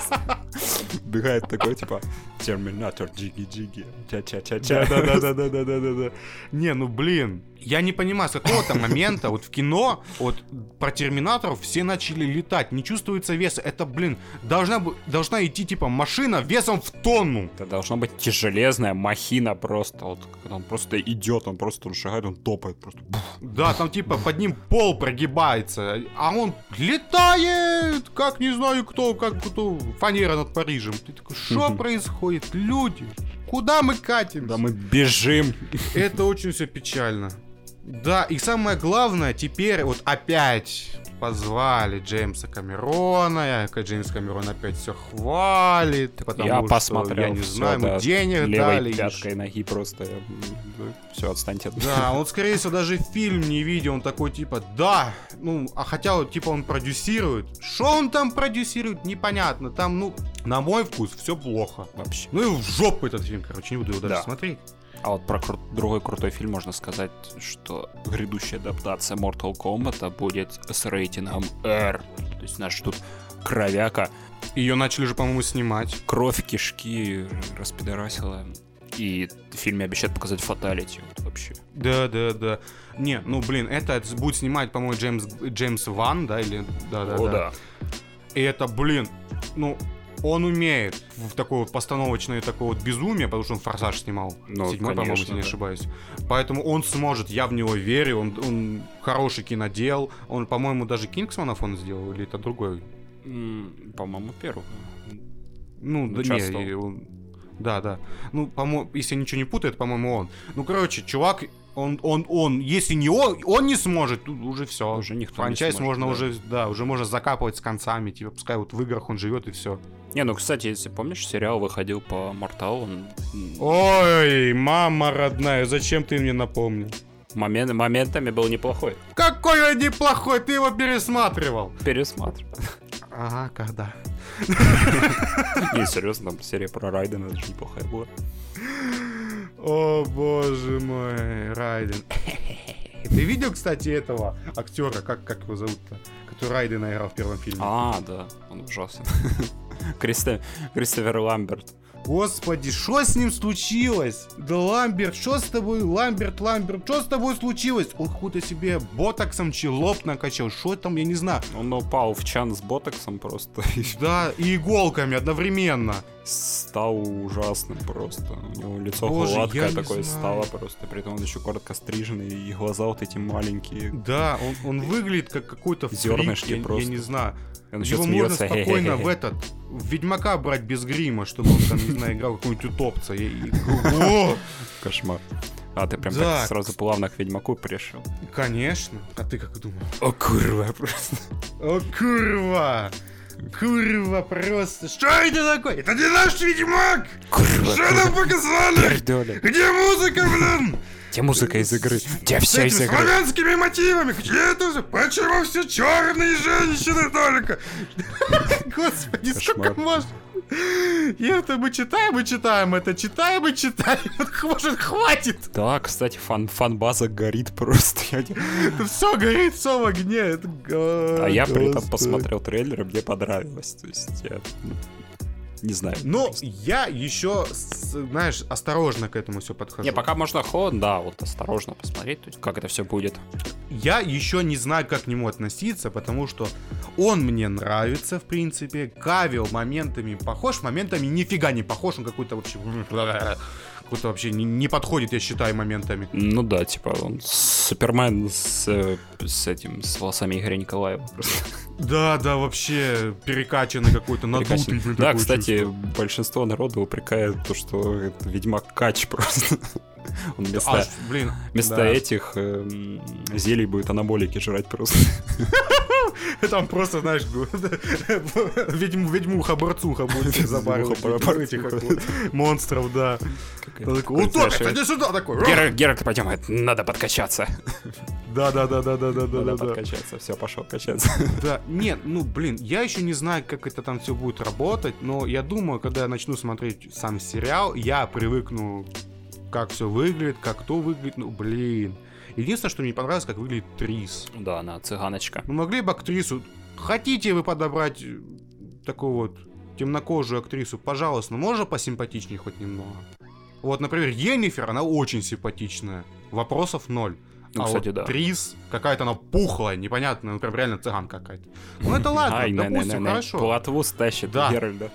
Бегает такой, типа, терминатор, джиги-джиги, ча-ча-ча-ча. Да-да-да-да-да-да-да. Не, ну блин, я не понимаю, с какого-то момента вот в кино вот про терминаторов все начали летать, не чувствуется веса. Это, блин, должна, бу- должна идти типа машина весом в тонну. Это должна быть тяжелезная махина просто, вот, когда он просто идет, он просто он шагает, он топает просто. Бух. Да, там типа под ним пол прогибается, а он летает, как не знаю кто, как кто, фанера над Парижем. Ты такой, что происходит, люди? Куда мы катимся? Да мы бежим. Это очень все печально. Да, и самое главное, теперь вот опять позвали Джеймса Камерона, и Джеймс Камерон опять все хвалит, потому Я что, посмотрел, я не всё, знаю, ему да, денег левой дали. и пяткой ш- ноги просто, все, отстаньте. от- Да, он, скорее всего, даже фильм не видел, он такой, типа, да, ну, а хотя, вот, типа, он продюсирует. Что он там продюсирует, непонятно, там, ну, на мой вкус, все плохо. Вообще. Ну и в жопу этот фильм, короче, не буду его даже Да. смотреть. А вот про кру- другой крутой фильм можно сказать, что грядущая адаптация Mortal Kombat будет с рейтингом R. То есть нас ждут кровяка, Ее начали же, по-моему, снимать. кровь, кишки распидорасила. И в фильме обещают показать фаталити. Вот вообще. Да, да, да. Не, ну, блин, это будет снимать, по-моему, Джеймс, Джеймс Ван, да, или... Да, да, О, да. да. И это, блин, ну, он умеет в такое вот постановочное такое вот безумие, потому что он «Форсаж» снимал. Ну, Седьмой, по-моему, конечно, если не да. ошибаюсь. Поэтому он сможет, я в него верю, он, он хороший кинодел. Он, по-моему, даже «Кингсманов» он сделал, или это другой? М, По-моему, первый. Ну, да Участвовал. не, и он- да, да. Ну, по-моему, если я ничего не путаю, это, по-моему, он. Ну, короче, чувак, он, он, он, если не он, он не сможет, тут уже все. Уже никто не Франчайз сможет, можно да. уже, да, уже можно закапывать с концами, типа, пускай вот в играх он живет и все. Не, ну, кстати, если помнишь, сериал выходил по Mortal, он м, Ой, мама родная, зачем ты мне напомнил? момент, моментами был неплохой. Какой он неплохой, ты его пересматривал. Пересматривал. Ага, когда? Не, серьезно, там серия про Райдена даже неплохая была. О, боже мой, Райден. Ты видел, кстати, этого актера, как, как его зовут-то, который Райдена играл в первом фильме? А, да, он ужасен. Кристо- Кристофер Ламберт. Господи, что с ним случилось? Да Ламберт, что с тобой? Ламберт, Ламберт, что с тобой случилось? Он какой-то себе ботоксом челоп накачал, что там, я не знаю. Он упал в чан с ботоксом просто и Да, и иголками одновременно. стал ужасным просто. У него лицо Боже, я гладкое не такое знаю. стало просто. При этом он еще коротко стриженный, и глаза вот эти маленькие. Да, он, он выглядит как какой-то фрик, Зернышки я, я просто. не знаю. Он еще Его можно смеется. спокойно в этот, в Ведьмака брать без грима, чтобы он там, не знаю, играл какого-нибудь утопца. И- и- О! Кошмар. А, ты прям Да. так сразу плавно к Ведьмаку пришел. Конечно. А ты как думал? О, курва, просто. О, курва! Курва просто! Что это такое? Это не наш Ведьмак! Курва, Что нам показали? пердоля. Где музыка, блин? Где музыка из игры? Где С вся из этими игры? славянскими мотивами! Где это все? Почему все черные женщины только? Господи, сколько Кошмар. можно? И это мы читаем и читаем, это читаем и читаем. Может, хватит? Да, кстати, фан фан-база горит просто. Я не- Это все горит, все в огне. Это... А я при этом Господи. посмотрел трейлер, и мне понравилось. То есть я... Не знаю. Но просто. Я еще, знаешь, осторожно к этому все подхожу. Не, пока можно ход, да, вот осторожно посмотреть, то есть, как это все будет. Я еще не знаю, как к нему относиться, потому что он мне нравится, в принципе. Кавил моментами похож, моментами нифига не похож, он какой-то вообще... Какой-то вообще не, не подходит, я считаю, моментами. Ну да, типа он Супермен с, с этим, с волосами Игоря Николаева просто. Да, да, вообще перекачанный какой-то, надутый. Да, кстати, чувство. Большинство народа упрекает то, что это Ведьмак кач просто. Он вместо, а, блин, вместо да. этих э, зелий будет анаболики жрать просто. Там просто, знаешь, ведьмуха-борцуха будет забарывать этих монстров, да. Утопит, иди сюда такой. Геральт, пойдем, надо подкачаться. Да-да-да-да-да-да. Надо подкачаться, все, пошел качаться. Да, нет, ну, блин, я еще не знаю, как это там все будет работать, но я думаю, когда я начну смотреть сам сериал, я привыкну, как все выглядит, как кто выглядит, ну, блин. Единственное, что мне понравилось, как выглядит Трис. Да, она цыганочка. Ну, могли бы актрису... Хотите вы подобрать такую вот темнокожую актрису? Пожалуйста, ну, можно посимпатичнее хоть немного? Вот, например, Йеннифер, она очень симпатичная. Вопросов ноль. Ну, а кстати, вот да. Трис, какая-то она пухлая, непонятная, ну, прям реально цыган какая-то. Ну, это ладно, Ай, допустим, не, не, не, хорошо. Платву стащит Геральда.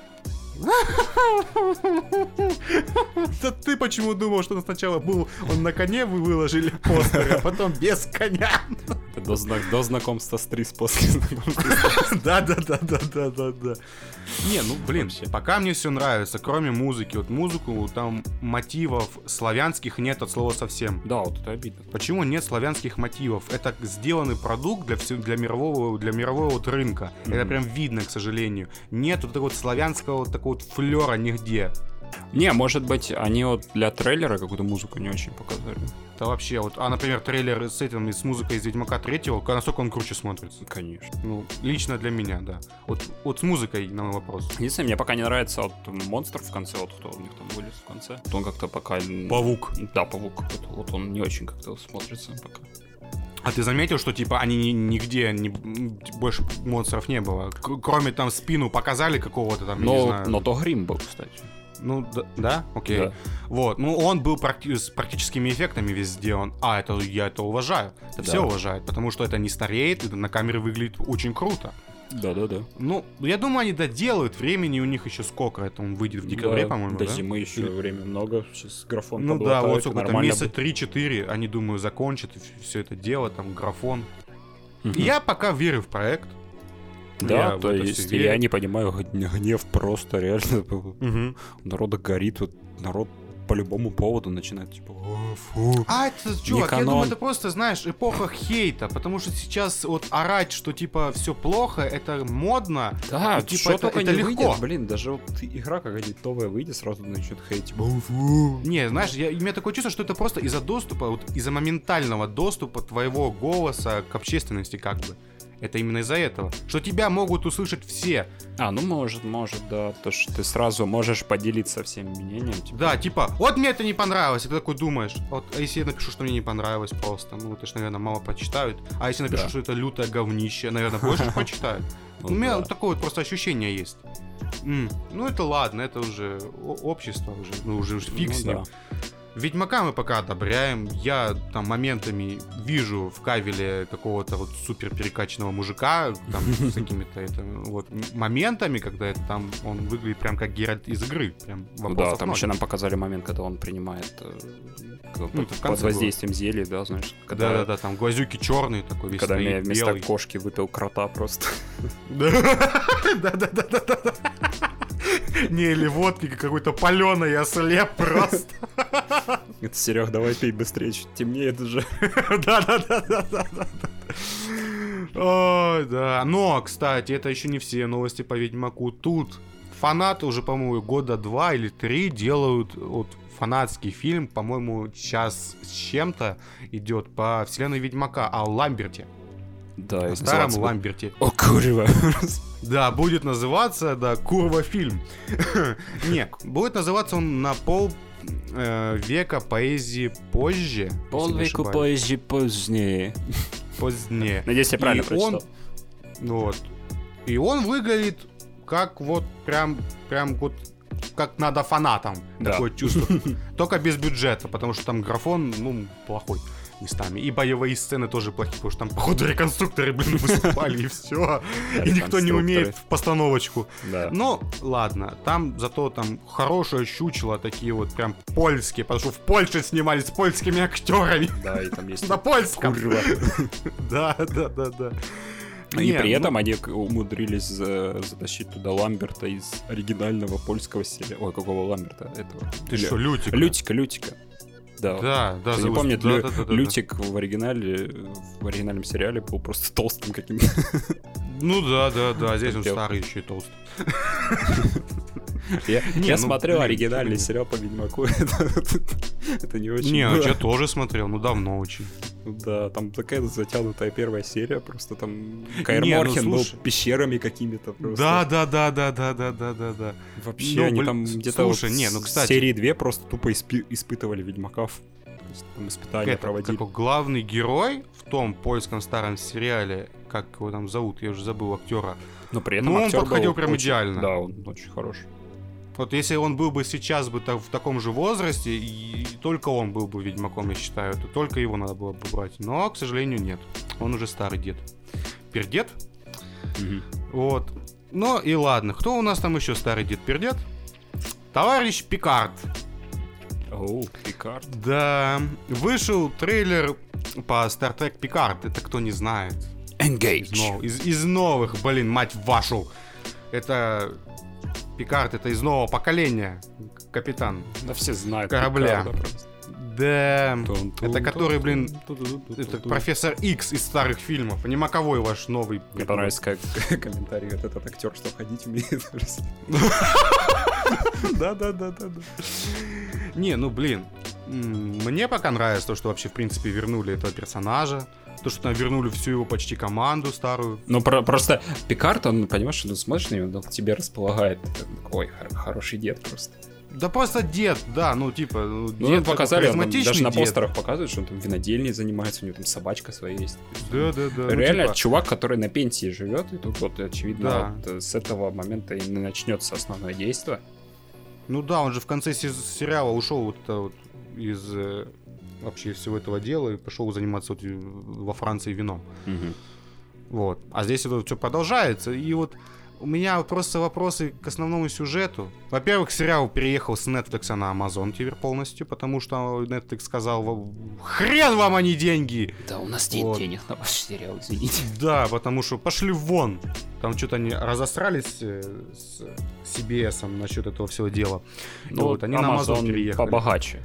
Да ты почему думал, что он сначала был, он на коне, вы выложили постер, а потом без коня? До, знак, до знакомства с Трис, после знакомства с Трис. Да-да-да-да-да-да-да. Не, ну блин, вообще. Пока мне все нравится, кроме музыки. Вот музыку, там мотивов славянских нет от слова совсем. Да, вот это обидно. Почему нет славянских мотивов? Это сделанный продукт для, всего, для мирового, для мирового вот рынка. Mm-hmm. Это прям видно, к сожалению. Нет вот такого вот славянского вот такого вот флера нигде. Не, может быть, они вот для трейлера какую-то музыку не очень показали. Да вообще, вот, а, например, трейлер с этим, с музыкой из Ведьмака третьего, насколько он круче смотрится? Конечно. Ну, лично для меня, да. Вот, вот с музыкой на мой вопрос. Единственное, мне пока не нравится вот монстр в конце, вот кто у них там вылез в конце. Вот он как-то пока... Павук. Да, павук какой-то. Вот он не очень как-то смотрится пока. А ты заметил, что типа они нигде не, больше монстров не было? К- кроме там спину показали какого-то там, но, я не знаю. Но то грим был, кстати. Ну, да, да? Окей. Да. Вот, ну он был практи- с практическими эффектами везде. Он, а, это я это уважаю. Это да. все уважают, потому что это не стареет, это на камере выглядит очень круто. Да-да-да. Ну, я думаю, они доделают. Времени у них еще сколько. Это он выйдет в декабре, да, по-моему, до да? зимы еще Или... время много. Сейчас графон Ну да, вот сколько там, месяца будет. три-четыре, они, думаю, закончат все это дело, там, графон. Угу. И я пока верю в проект. Да, я то есть я не понимаю, гнев просто реально. Угу. Народа горит, вот народ по любому поводу начинает типа фу. А это, чувак, я думаю, это просто, знаешь, эпоха хейта, потому что сейчас вот орать, что типа все плохо, это модно. Да, и, типа, что это, только это не легко. Выйдет, блин, даже вот игра какая-нибудь новая выйдет, сразу начнет хейтить. Фу. Не, знаешь, я, у меня такое чувство, что это просто из-за доступа, вот из-за моментального доступа твоего голоса к общественности как бы. Это именно из-за этого. Что тебя могут услышать все. А, ну может, может, да. То, что ты сразу можешь поделиться всем мнением. Типа. Да, типа, вот мне это не понравилось. И ты такой думаешь, вот, а если я напишу, что мне не понравилось просто? Ну, это ж, наверное, мало почитают. А если напишу, да. что это лютое говнище, наверное, больше почитают. У меня такое вот просто ощущение есть. Ну, это ладно, это уже общество уже. Ну, уже фиг с ним. Ведьмака мы пока одобряем. Я там моментами вижу в Кавиле какого-то вот супер перекачанного мужика, там с какими-то это, вот моментами, когда это там он выглядит прям как Геральт из игры. Прям ну да, там еще нам показали момент, когда он принимает э, ну, под, под воздействием зелий, да, знаешь. Когда... Да-да-да, там глазюки черные такой весь. Когда стоит, вместо белый. Кошки выпил крота просто. Да-да-да-да-да. Не, или водки, какой-то паленый, я слеп просто. Это, Серег, давай пей быстрее, чуть темнеет уже. Да-да-да-да-да. Ой, да. Но, кстати, это еще не все новости по Ведьмаку. Тут фанаты уже, по-моему, года два или три делают вот фанатский фильм, по-моему, сейчас с чем-то идет по вселенной Ведьмака о Ламберте. Да, о старом Ламберте. О, курва. Да, будет называться, да, курва фильм. Не, будет называться он на пол э, века поэзии позже. Полвеку поэзии позднее. Позднее. Надеюсь, я правильно прочитал. Вот. И он выглядит как вот прям, прям вот как надо фанатам. Да. Такое чувство. Только без бюджета, потому что там графон, ну, плохой местами. И боевые сцены тоже плохие, потому что там, походу, реконструкторы, блин, выступали, и все. И никто не умеет в постановочку. Ну, ладно. Там зато там хорошее чучело, такие вот прям польские, потому что в Польше снимались с польскими актерами. Да, и там есть... На польском. Да, да, да, да. И не, при этом ну... они умудрились за... затащить туда Ламберта из оригинального польского сериала. Ой, какого Ламберта? Этого. Ты Лю... что, Лютика? Лютика, Лютика. Да, да, да. Кто не помнит, да, Лю... да, да, да, Лютик да. в оригинале, в оригинальном сериале был просто толстым каким-то. Ну да, да, да, здесь он старый еще и толстый. Я, не, я ну, смотрел блин, оригинальный блин. сериал по Ведьмаку. Это не очень. Не, ну я тоже смотрел, ну давно очень. Да, там такая затянутая первая серия, просто там Каэр Морхен ну, был пещерами какими-то просто. Да, да, да, да, да, да, да, да, да. Вообще ну, они блин, там где-то слушай, вот не, ну, кстати... серии две просто тупо испи- испытывали ведьмаков. То есть, там испытания это, проводили. Как главный герой в том польском старом сериале, как его там зовут, я уже забыл актера. Но при этом ну, он подходил прям очень, идеально. Да, он очень хороший. Вот если он был бы сейчас бы в таком же возрасте, и только он был бы ведьмаком, я считаю, то только его надо было бы брать. Но, к сожалению, нет. Он уже старый дед. Пердед. Угу. Вот. Ну и ладно. Кто у нас там еще старый дед пердед? Товарищ Пикард. Оу, Пикард. Да. Вышел трейлер по Star Trek Picard. Это кто не знает. Engage. Из, нов... из, из новых, блин, мать вашу. Это... Пикард — это из нового поколения капитан. Да все знают корабля. Пикарда да, это который, блин, это профессор Икс из старых фильмов. Не маковой ваш новый. Мне понравился как комментарий, этот актер, что ходить умеет. Да, да, да, да, да. Не, ну блин, мне пока нравится то, что вообще в принципе вернули этого персонажа. То, что там вернули всю его почти команду старую. Ну, про- просто Пикард, он, понимаешь, ну, смотришь на него, он к тебе располагает. Ой, хор- хороший дед просто. Да просто дед, да, ну, типа... Ну, дед показали, он там, даже на дед. постерах показывают, что он там винодельней занимается, у него там собачка своя есть. Да, да, да. Реально, ну, типа... чувак, который на пенсии живет, и тут вот, очевидно, да. вот, с этого момента и начнется основное действие. Ну да, он же в конце сериала ушел вот, вот из... вообще всего этого дела и пошел заниматься вот во Франции вином. Угу. Вот. А здесь это все продолжается. И вот у меня просто вопросы к основному сюжету. Во-первых, сериал переехал с Netflix на Amazon теперь полностью, потому что Netflix сказал: хрен вам, а не деньги! Да, у нас нет вот. денег на ваш сериал, извините. Да, потому что пошли вон. Там что-то они разосрались с си би эс насчет этого всего дела. Ну, вот, они Amazon на Amazon переехали. Побогаче.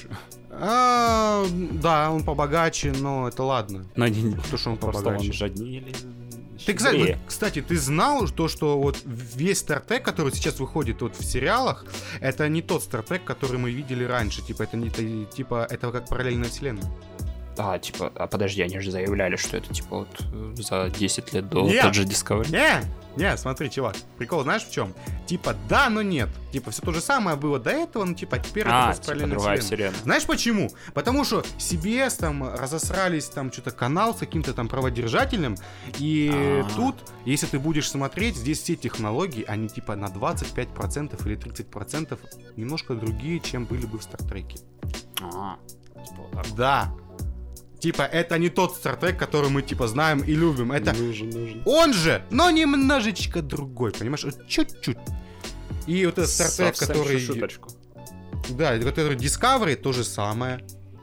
А, да, он побогаче, но это ладно. Но они то, что он побогаче. Он жаднее. Ты, кстати, вот, кстати, ты знал, то, что вот весь Star Trek, который сейчас выходит вот в сериалах, это не тот Star Trek, который мы видели раньше. Типа, это не это, типа, это как параллельная вселенная. А, типа, а подожди, они же заявляли, что это типа вот за десять лет до нет, тот же Discovery. Не, не, смотри, чувак, прикол знаешь в чем? Типа, да, но нет. Типа, все то же самое было до этого, но типа, теперь а, это типа другая вселенная. Знаешь почему? Потому что си би эс там разосрались, там что-то канал с каким-то там праводержателем, и А-а-а. тут, если ты будешь смотреть, здесь все технологии, они типа на двадцать пять процентов или тридцать процентов немножко другие, чем были бы в Стартреке. А, типа вот так. Да. Типа, это не тот Star Trek, который мы, типа, знаем и любим. Это нужен, нужен. Он же, но немножечко другой, понимаешь? Чуть-чуть. И вот этот Star Trek, Совсем который... шуточку. Да, который Discovery, то же самое.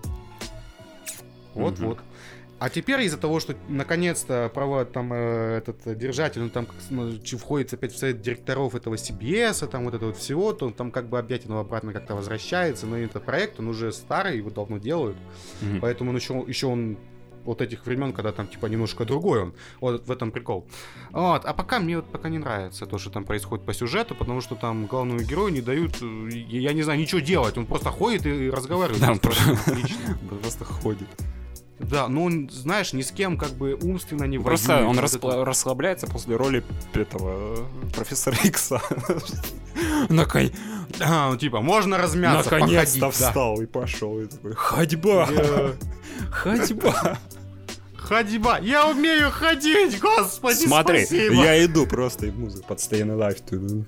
Вот-вот. Mm-hmm. А теперь из-за того, что наконец-то право там э, этот держатель, он там как, ну, входит опять в совет директоров этого си би эс, там вот это вот всего, то он там как бы опять он обратно как-то возвращается, но этот проект, он уже старый, его давно делают, mm-hmm. поэтому он еще, еще он вот этих времен, когда там типа немножко другой он, вот в этом прикол. Вот, а пока мне вот пока не нравится то, что там происходит по сюжету, потому что там главному герою не дают, я не знаю, ничего делать, он просто ходит и разговаривает. Да, он просто ходит. Да, но он, знаешь, ни с кем как бы умственно не воюет. Просто он распла- это... расслабляется после роли этого профессора Икса. Наконец... А, ну типа, можно размяться, наконец-то встал и пошел. И такой, ходьба! Ходьба! Ходьба. Я умею ходить, господи, Смотри, спасибо. я иду просто, и музыка под Staying Alive.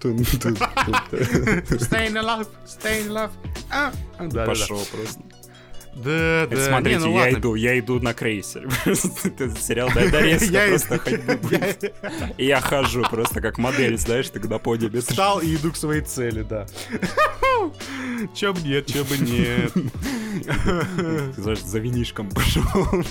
Staying alive, staying alive. А, да, Пошел просто. Да, да. Смотрите, Не, ну я ладно. иду, я иду на крейсере. Этот сериал дай дорезка, Я- просто ходьбы будет. И я хожу просто как модель, знаешь, ты на подиуме. Встал и иду к своей цели, да. Чё бы нет, чё бы нет. Ты знаешь, за винишком пошел.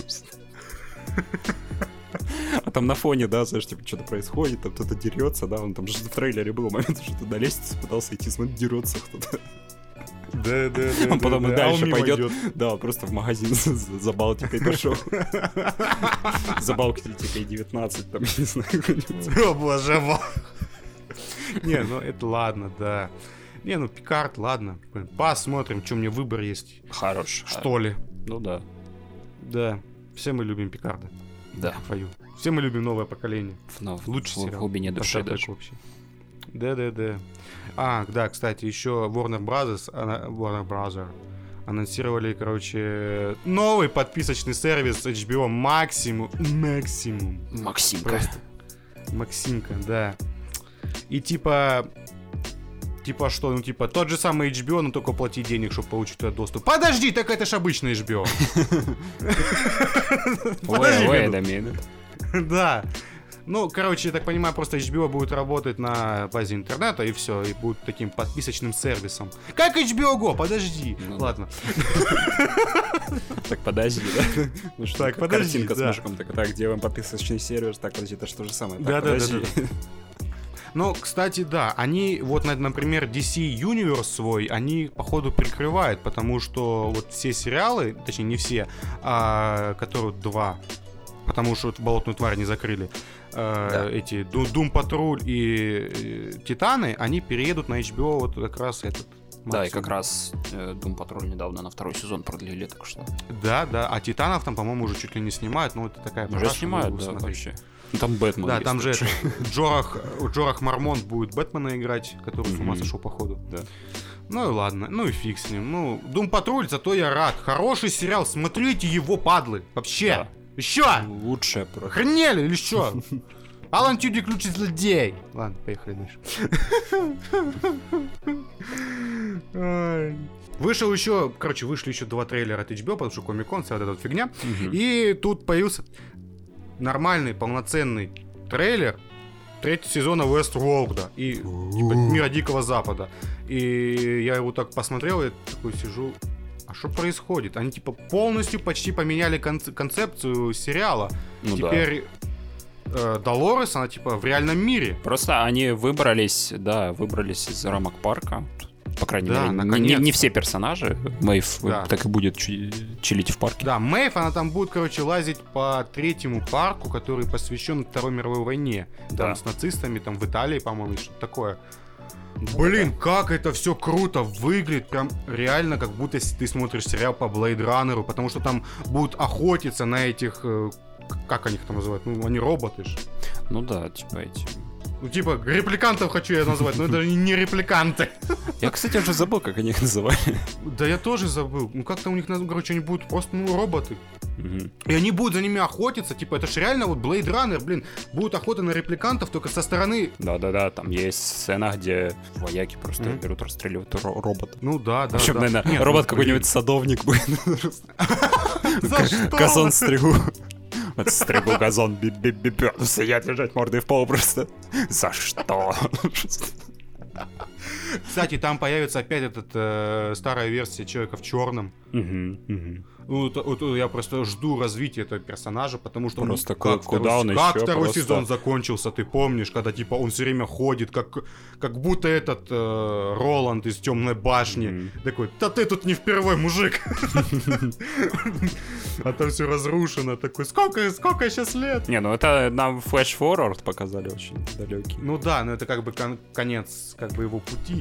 А там на фоне, да, знаешь, типа, что-то происходит, там кто-то дерется, да, он там же в трейлере был момент, что ты на лестнице пытался идти, смотри, дерется кто-то. Да, да, да. Он потом да, и да. А он дальше мимо пойдет, идёт. да, просто в магазин за, за Балтикой пошел. За Балтикой девятнадцать, там, я не знаю. О, боже мой. Не, ну это ладно, да. Не, ну Пикард, ладно. Посмотрим, что у меня выбор есть. Хорош. Что ли? Ну да. Да. Все мы любим Пикарда. Да. Твою. Все мы любим новое поколение. Но в, Лучший в, сериал. в глубине По души Star Trek даже. вообще. Да, да, да. А, да, кстати, еще Warner Brothers, ана- Warner Brothers анонсировали, короче, новый подписочный сервис эйч би о Maximum. Maximum. Максимка. Просто. Максимка, да. И типа... Типа что, ну типа тот же самый эйч би о, но только плати денег, чтобы получить туда доступ. Подожди, так это ж обычный эйч би о. Подожди Wait минуту. a minute. Да. Ну, короче, я так понимаю, просто эйч би о будет работать на базе интернета, и все, и будет таким подписочным сервисом. Как эйч би о Go? Подожди. Ну, Ладно. Так, подожди, да? Ну что, Так, как подожди, картинка с да. мужиком, так, так, делаем подписочный сервис, так, подожди, это что же самое? Так, Да-да-да-да. подожди. Ну, кстати, да, они, вот, на- например, ди си Universe свой, они, походу, прикрывают, потому что вот все сериалы, точнее, не все, а, которые два, потому что вот «Болотную тварь» не закрыли, э, Да. эти Ду- Doom Patrol и э, Титаны, они переедут на эйч би о вот как раз этот. Да, и Maximum. как раз э, Doom Patrol недавно на второй сезон продлили, так что... Да, да, а Титанов там, по-моему, уже чуть ли не снимают, ну, это такая Уже параша, снимают, ну, да, смотри. вообще. Ну, там Бэтмен Да, есть там же лучше. это, Джорах, Джорах Мармонт будет Бэтмена играть, который с ума Мгм. сошел, походу. Да. Ну и ладно, ну и фиг с ним. Ну, Doom Patrol, зато я рад. Хороший сериал, смотрите его, падлы. Вообще. Да. Еще! Лучшее просто. Охренели или что? Алан Тюдик лучший злодей. Ладно, поехали дальше. Ай. Вышел еще, короче, вышли еще два трейлера от эйч би о, потому что Комик-кон, вся вот эта вот фигня. Мгм. И тут появился нормальный, полноценный трейлер третьего сезона Westworld и типа, Мира Дикого Запада. И я его так посмотрел, и такой сижу, а что происходит? Они типа полностью почти поменяли конце- концепцию сериала. Ну да. Теперь э, Долорес, она типа в реальном мире. Просто они выбрались, да, выбрались из рамок парка. По крайней Да, мере, не- не, наконец-то. не все персонажи. Мэйв Да. так и будет чи- чилить в парке. Да, Мэйв, она там будет, короче, лазить по третьему парку, который посвящен Второй мировой войне. Да. Там с нацистами, там в Италии, по-моему, или что-то такое. Блин, как это все круто выглядит, прям реально, как будто с- ты смотришь сериал по Blade Runner, потому что там будут охотиться на этих, э, к- как они их там называют, ну, они роботы ж. Ну да, типа эти. Ну, типа, репликантов хочу я назвать, но это не репликанты. Я, кстати, уже забыл, как они их называли. Да я тоже забыл. Ну, как-то у них, наз- короче, они будут просто, ну, роботы. Мгм. И они будут за ними охотиться, типа, это ж реально вот Blade Runner, блин, будет охота на репликантов, только со стороны... Да-да-да, там есть сцена, где вояки просто Мгм. берут, расстреливают ро- робота. Ну да, да, Причем, да. наверное, Нет, робот ну, какой-нибудь садовник будет. блин, за что? Газон стригу. Вот стригу газон, би-би-би-би. Сидят, лежать мордой в пол просто. За что? Кстати, там появится опять этот э, старая версия Человека в черном. Мгм, мгм. Ну, вот, вот я просто жду развития этого персонажа, потому что Просто ну, ку- как куда второй, он как ещё второй просто- сезон закончился, ты помнишь, когда типа он все время ходит, как, как будто этот э, Роланд из Темной башни. Мгм. Такой, да ты тут не впервой, мужик. А там все разрушено. Такой, сколько, сколько сейчас лет? Не, ну это нам флэш-форвард показали очень далекий. Ну да, но это как бы кон- конец как бы его пути.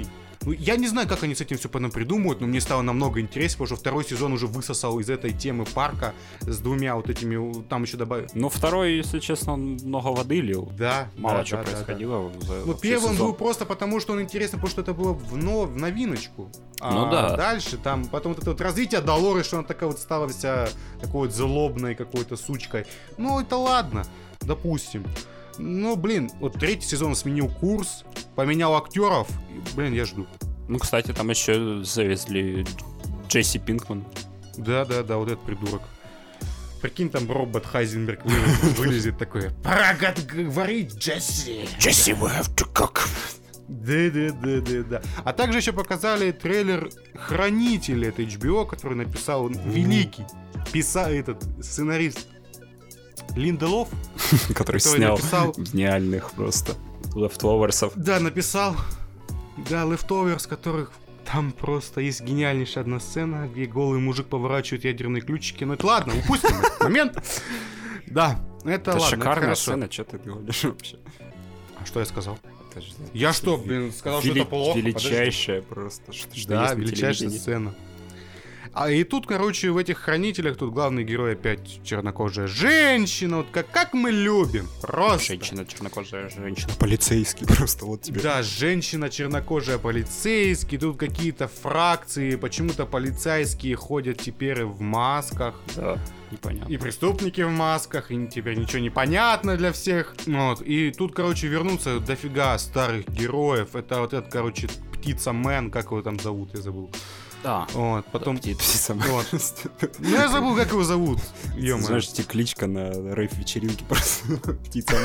Ну, я не знаю, как они с этим все потом придумают, но мне стало намного интереснее, потому что второй сезон уже высосал из этой темы парка с двумя вот этими, там еще добавили. Ну, второй, если честно, он много воды лил. Да. Мало да, что да, происходило. Да, да. Ну, первый он был просто потому, что он интересный, потому что это было в, но... в новиночку. А ну да. Дальше там потом вот это вот развитие Долоры, что она такая вот стала вся такой вот злобной какой-то сучкой. Ну, это ладно, допустим. Ну, блин, вот третий сезон сменил курс, поменял актеров, и, блин, я жду. Ну, кстати, там еще завезли Джесси Пинкман. Да-да-да, вот этот придурок. Прикинь, там робот Хайзенберг вылезет, вылезет такой: пора говорить, Джесси! Джесси, we have to cook! Да-да-да-да-да. А также еще показали трейлер «Хранители» от эйч би о, который написал великий писа... этот сценарист Линделов, который снял гениальных просто лефтоверсов. Да, написал. Да, лефтоверс, которых там просто есть гениальнейшая одна сцена, где голый мужик поворачивает ядерные ключики. Ну это ладно, упустим этот момент. Да, это ладно. Это шикарная сцена, что ты говоришь вообще? А что я сказал? Я что, блин, сказал, что это плохо? Величайшая просто. Да, величайшая сцена. А и тут, короче, в этих хранителях тут главный герой опять чернокожая женщина. Вот как, как мы любим. Просто. Женщина, чернокожая женщина. Полицейский просто вот тебе. Да, женщина, чернокожая полицейский. Тут какие-то фракции. Почему-то полицейские ходят теперь в масках. Да, непонятно. И преступники в масках. И теперь ничего не понятно для всех. Вот. И тут, короче, вернутся дофига старых героев. Это вот этот, короче, Птица-мен. Как его там зовут, я забыл. Да. Вот, потом... Да, птица. Вот. Ну, я забыл, как его зовут. Ё-моё. Знаешь, тебе кличка на рейв-вечеринке просто. Птица.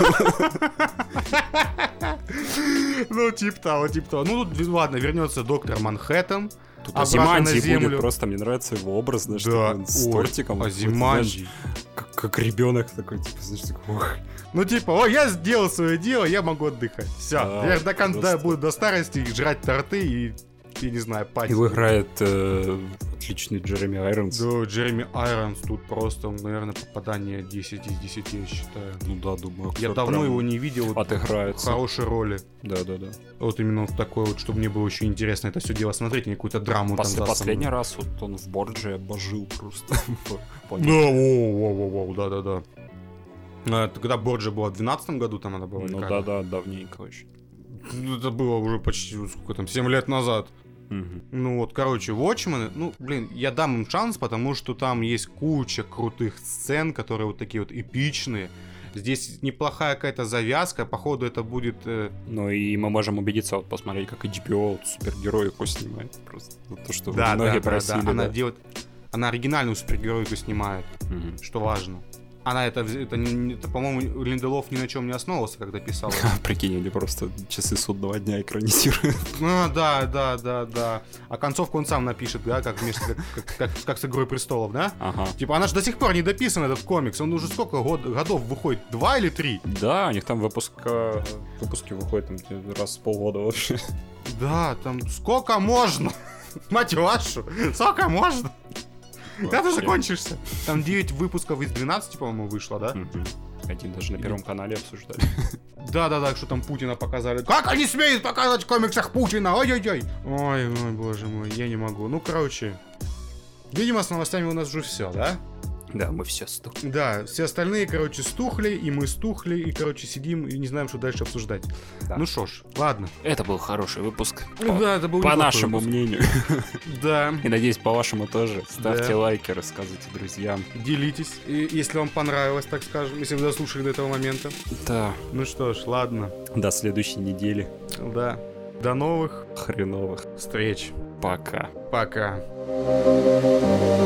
Ну, типа того, типа того. Ну, тут, ладно, вернется доктор Манхэттен. Тут Азиманди будет просто, мне нравится его образ, знаешь, да. С тортиком. Азиманди. Как, как ребенок такой, типа, знаешь, такой, ох. Ну, типа, о, я сделал свое дело, я могу отдыхать. Все, да, я до конца просто... буду до старости жрать торты и... я не знаю, пати. Его играет э, отличный Джереми Айронс. Да, Джереми Айронс тут просто, наверное, попадание десять из десяти, я считаю. Ну да, думаю. Я давно его не видел. Отыграется. В хорошей роли. Да-да-да. Вот именно в такой вот, чтобы мне было очень интересно это все дело смотреть, не какую-то драму После, там. Последний раз вот он в Борджи обожил просто. Да, воу-воу-воу, да-да-да. Когда Борджи была в двенадцатом году, там она была. Ну да-да, давненько вообще. Ну это было уже почти, сколько там, семь лет назад. Mm-hmm. Ну вот, короче, Watchmen, ну, блин, я дам им шанс, потому что там есть куча крутых сцен, которые вот такие вот эпичные. Здесь неплохая какая-то завязка, походу это будет... Э... Ну и мы можем убедиться, вот посмотреть, как эйч би о вот, супергероику снимает. Просто то, что да, многие да, просили. Да, да. Она да. делает... Она оригинальную супергероику снимает, mm-hmm. что важно. Она это, это, это, по-моему, Линделов ни на чем не основывался, когда писал. Прикинь, они просто часы судного дня экранизируют. А, да, да, да, да. А концовку он сам напишет, да, как вместо как, как, как, как с «Игрой престолов», да? Ага. Типа, она же до сих пор не дописан, этот комикс. Он уже сколько год, годов выходит? Два или три? Да, у них там выпуска, выпуски выходят там, раз в полгода вообще. Да, там сколько можно? Мать вашу, сколько можно? Когда ты закончишься? Там девять выпусков из двенадцати, по-моему, вышло, да? Mm-hmm. Один даже на Первом канале обсуждали. Да-да-да, что там Путина показали. Как они смеют показывать в комиксах Путина? Ой-ой-ой. Ой, ой, боже мой, я не могу. Ну, короче, видимо, с новостями у нас уже все, да? Да, мы все стухли. Да, все остальные, короче, стухли, и мы стухли, и, короче, сидим и не знаем, что дальше обсуждать. Да. Ну что ж, ладно. Это был хороший выпуск. Да, это был по нашему выпуск. мнению. Да. И надеюсь, по вашему тоже. Ставьте да. лайки, рассказывайте друзьям. Делитесь, и, если вам понравилось, так скажем, если вы дослушали до этого момента. Да. Ну что ж, ладно. До следующей недели. Да. До новых хреновых встреч. Пока. Пока.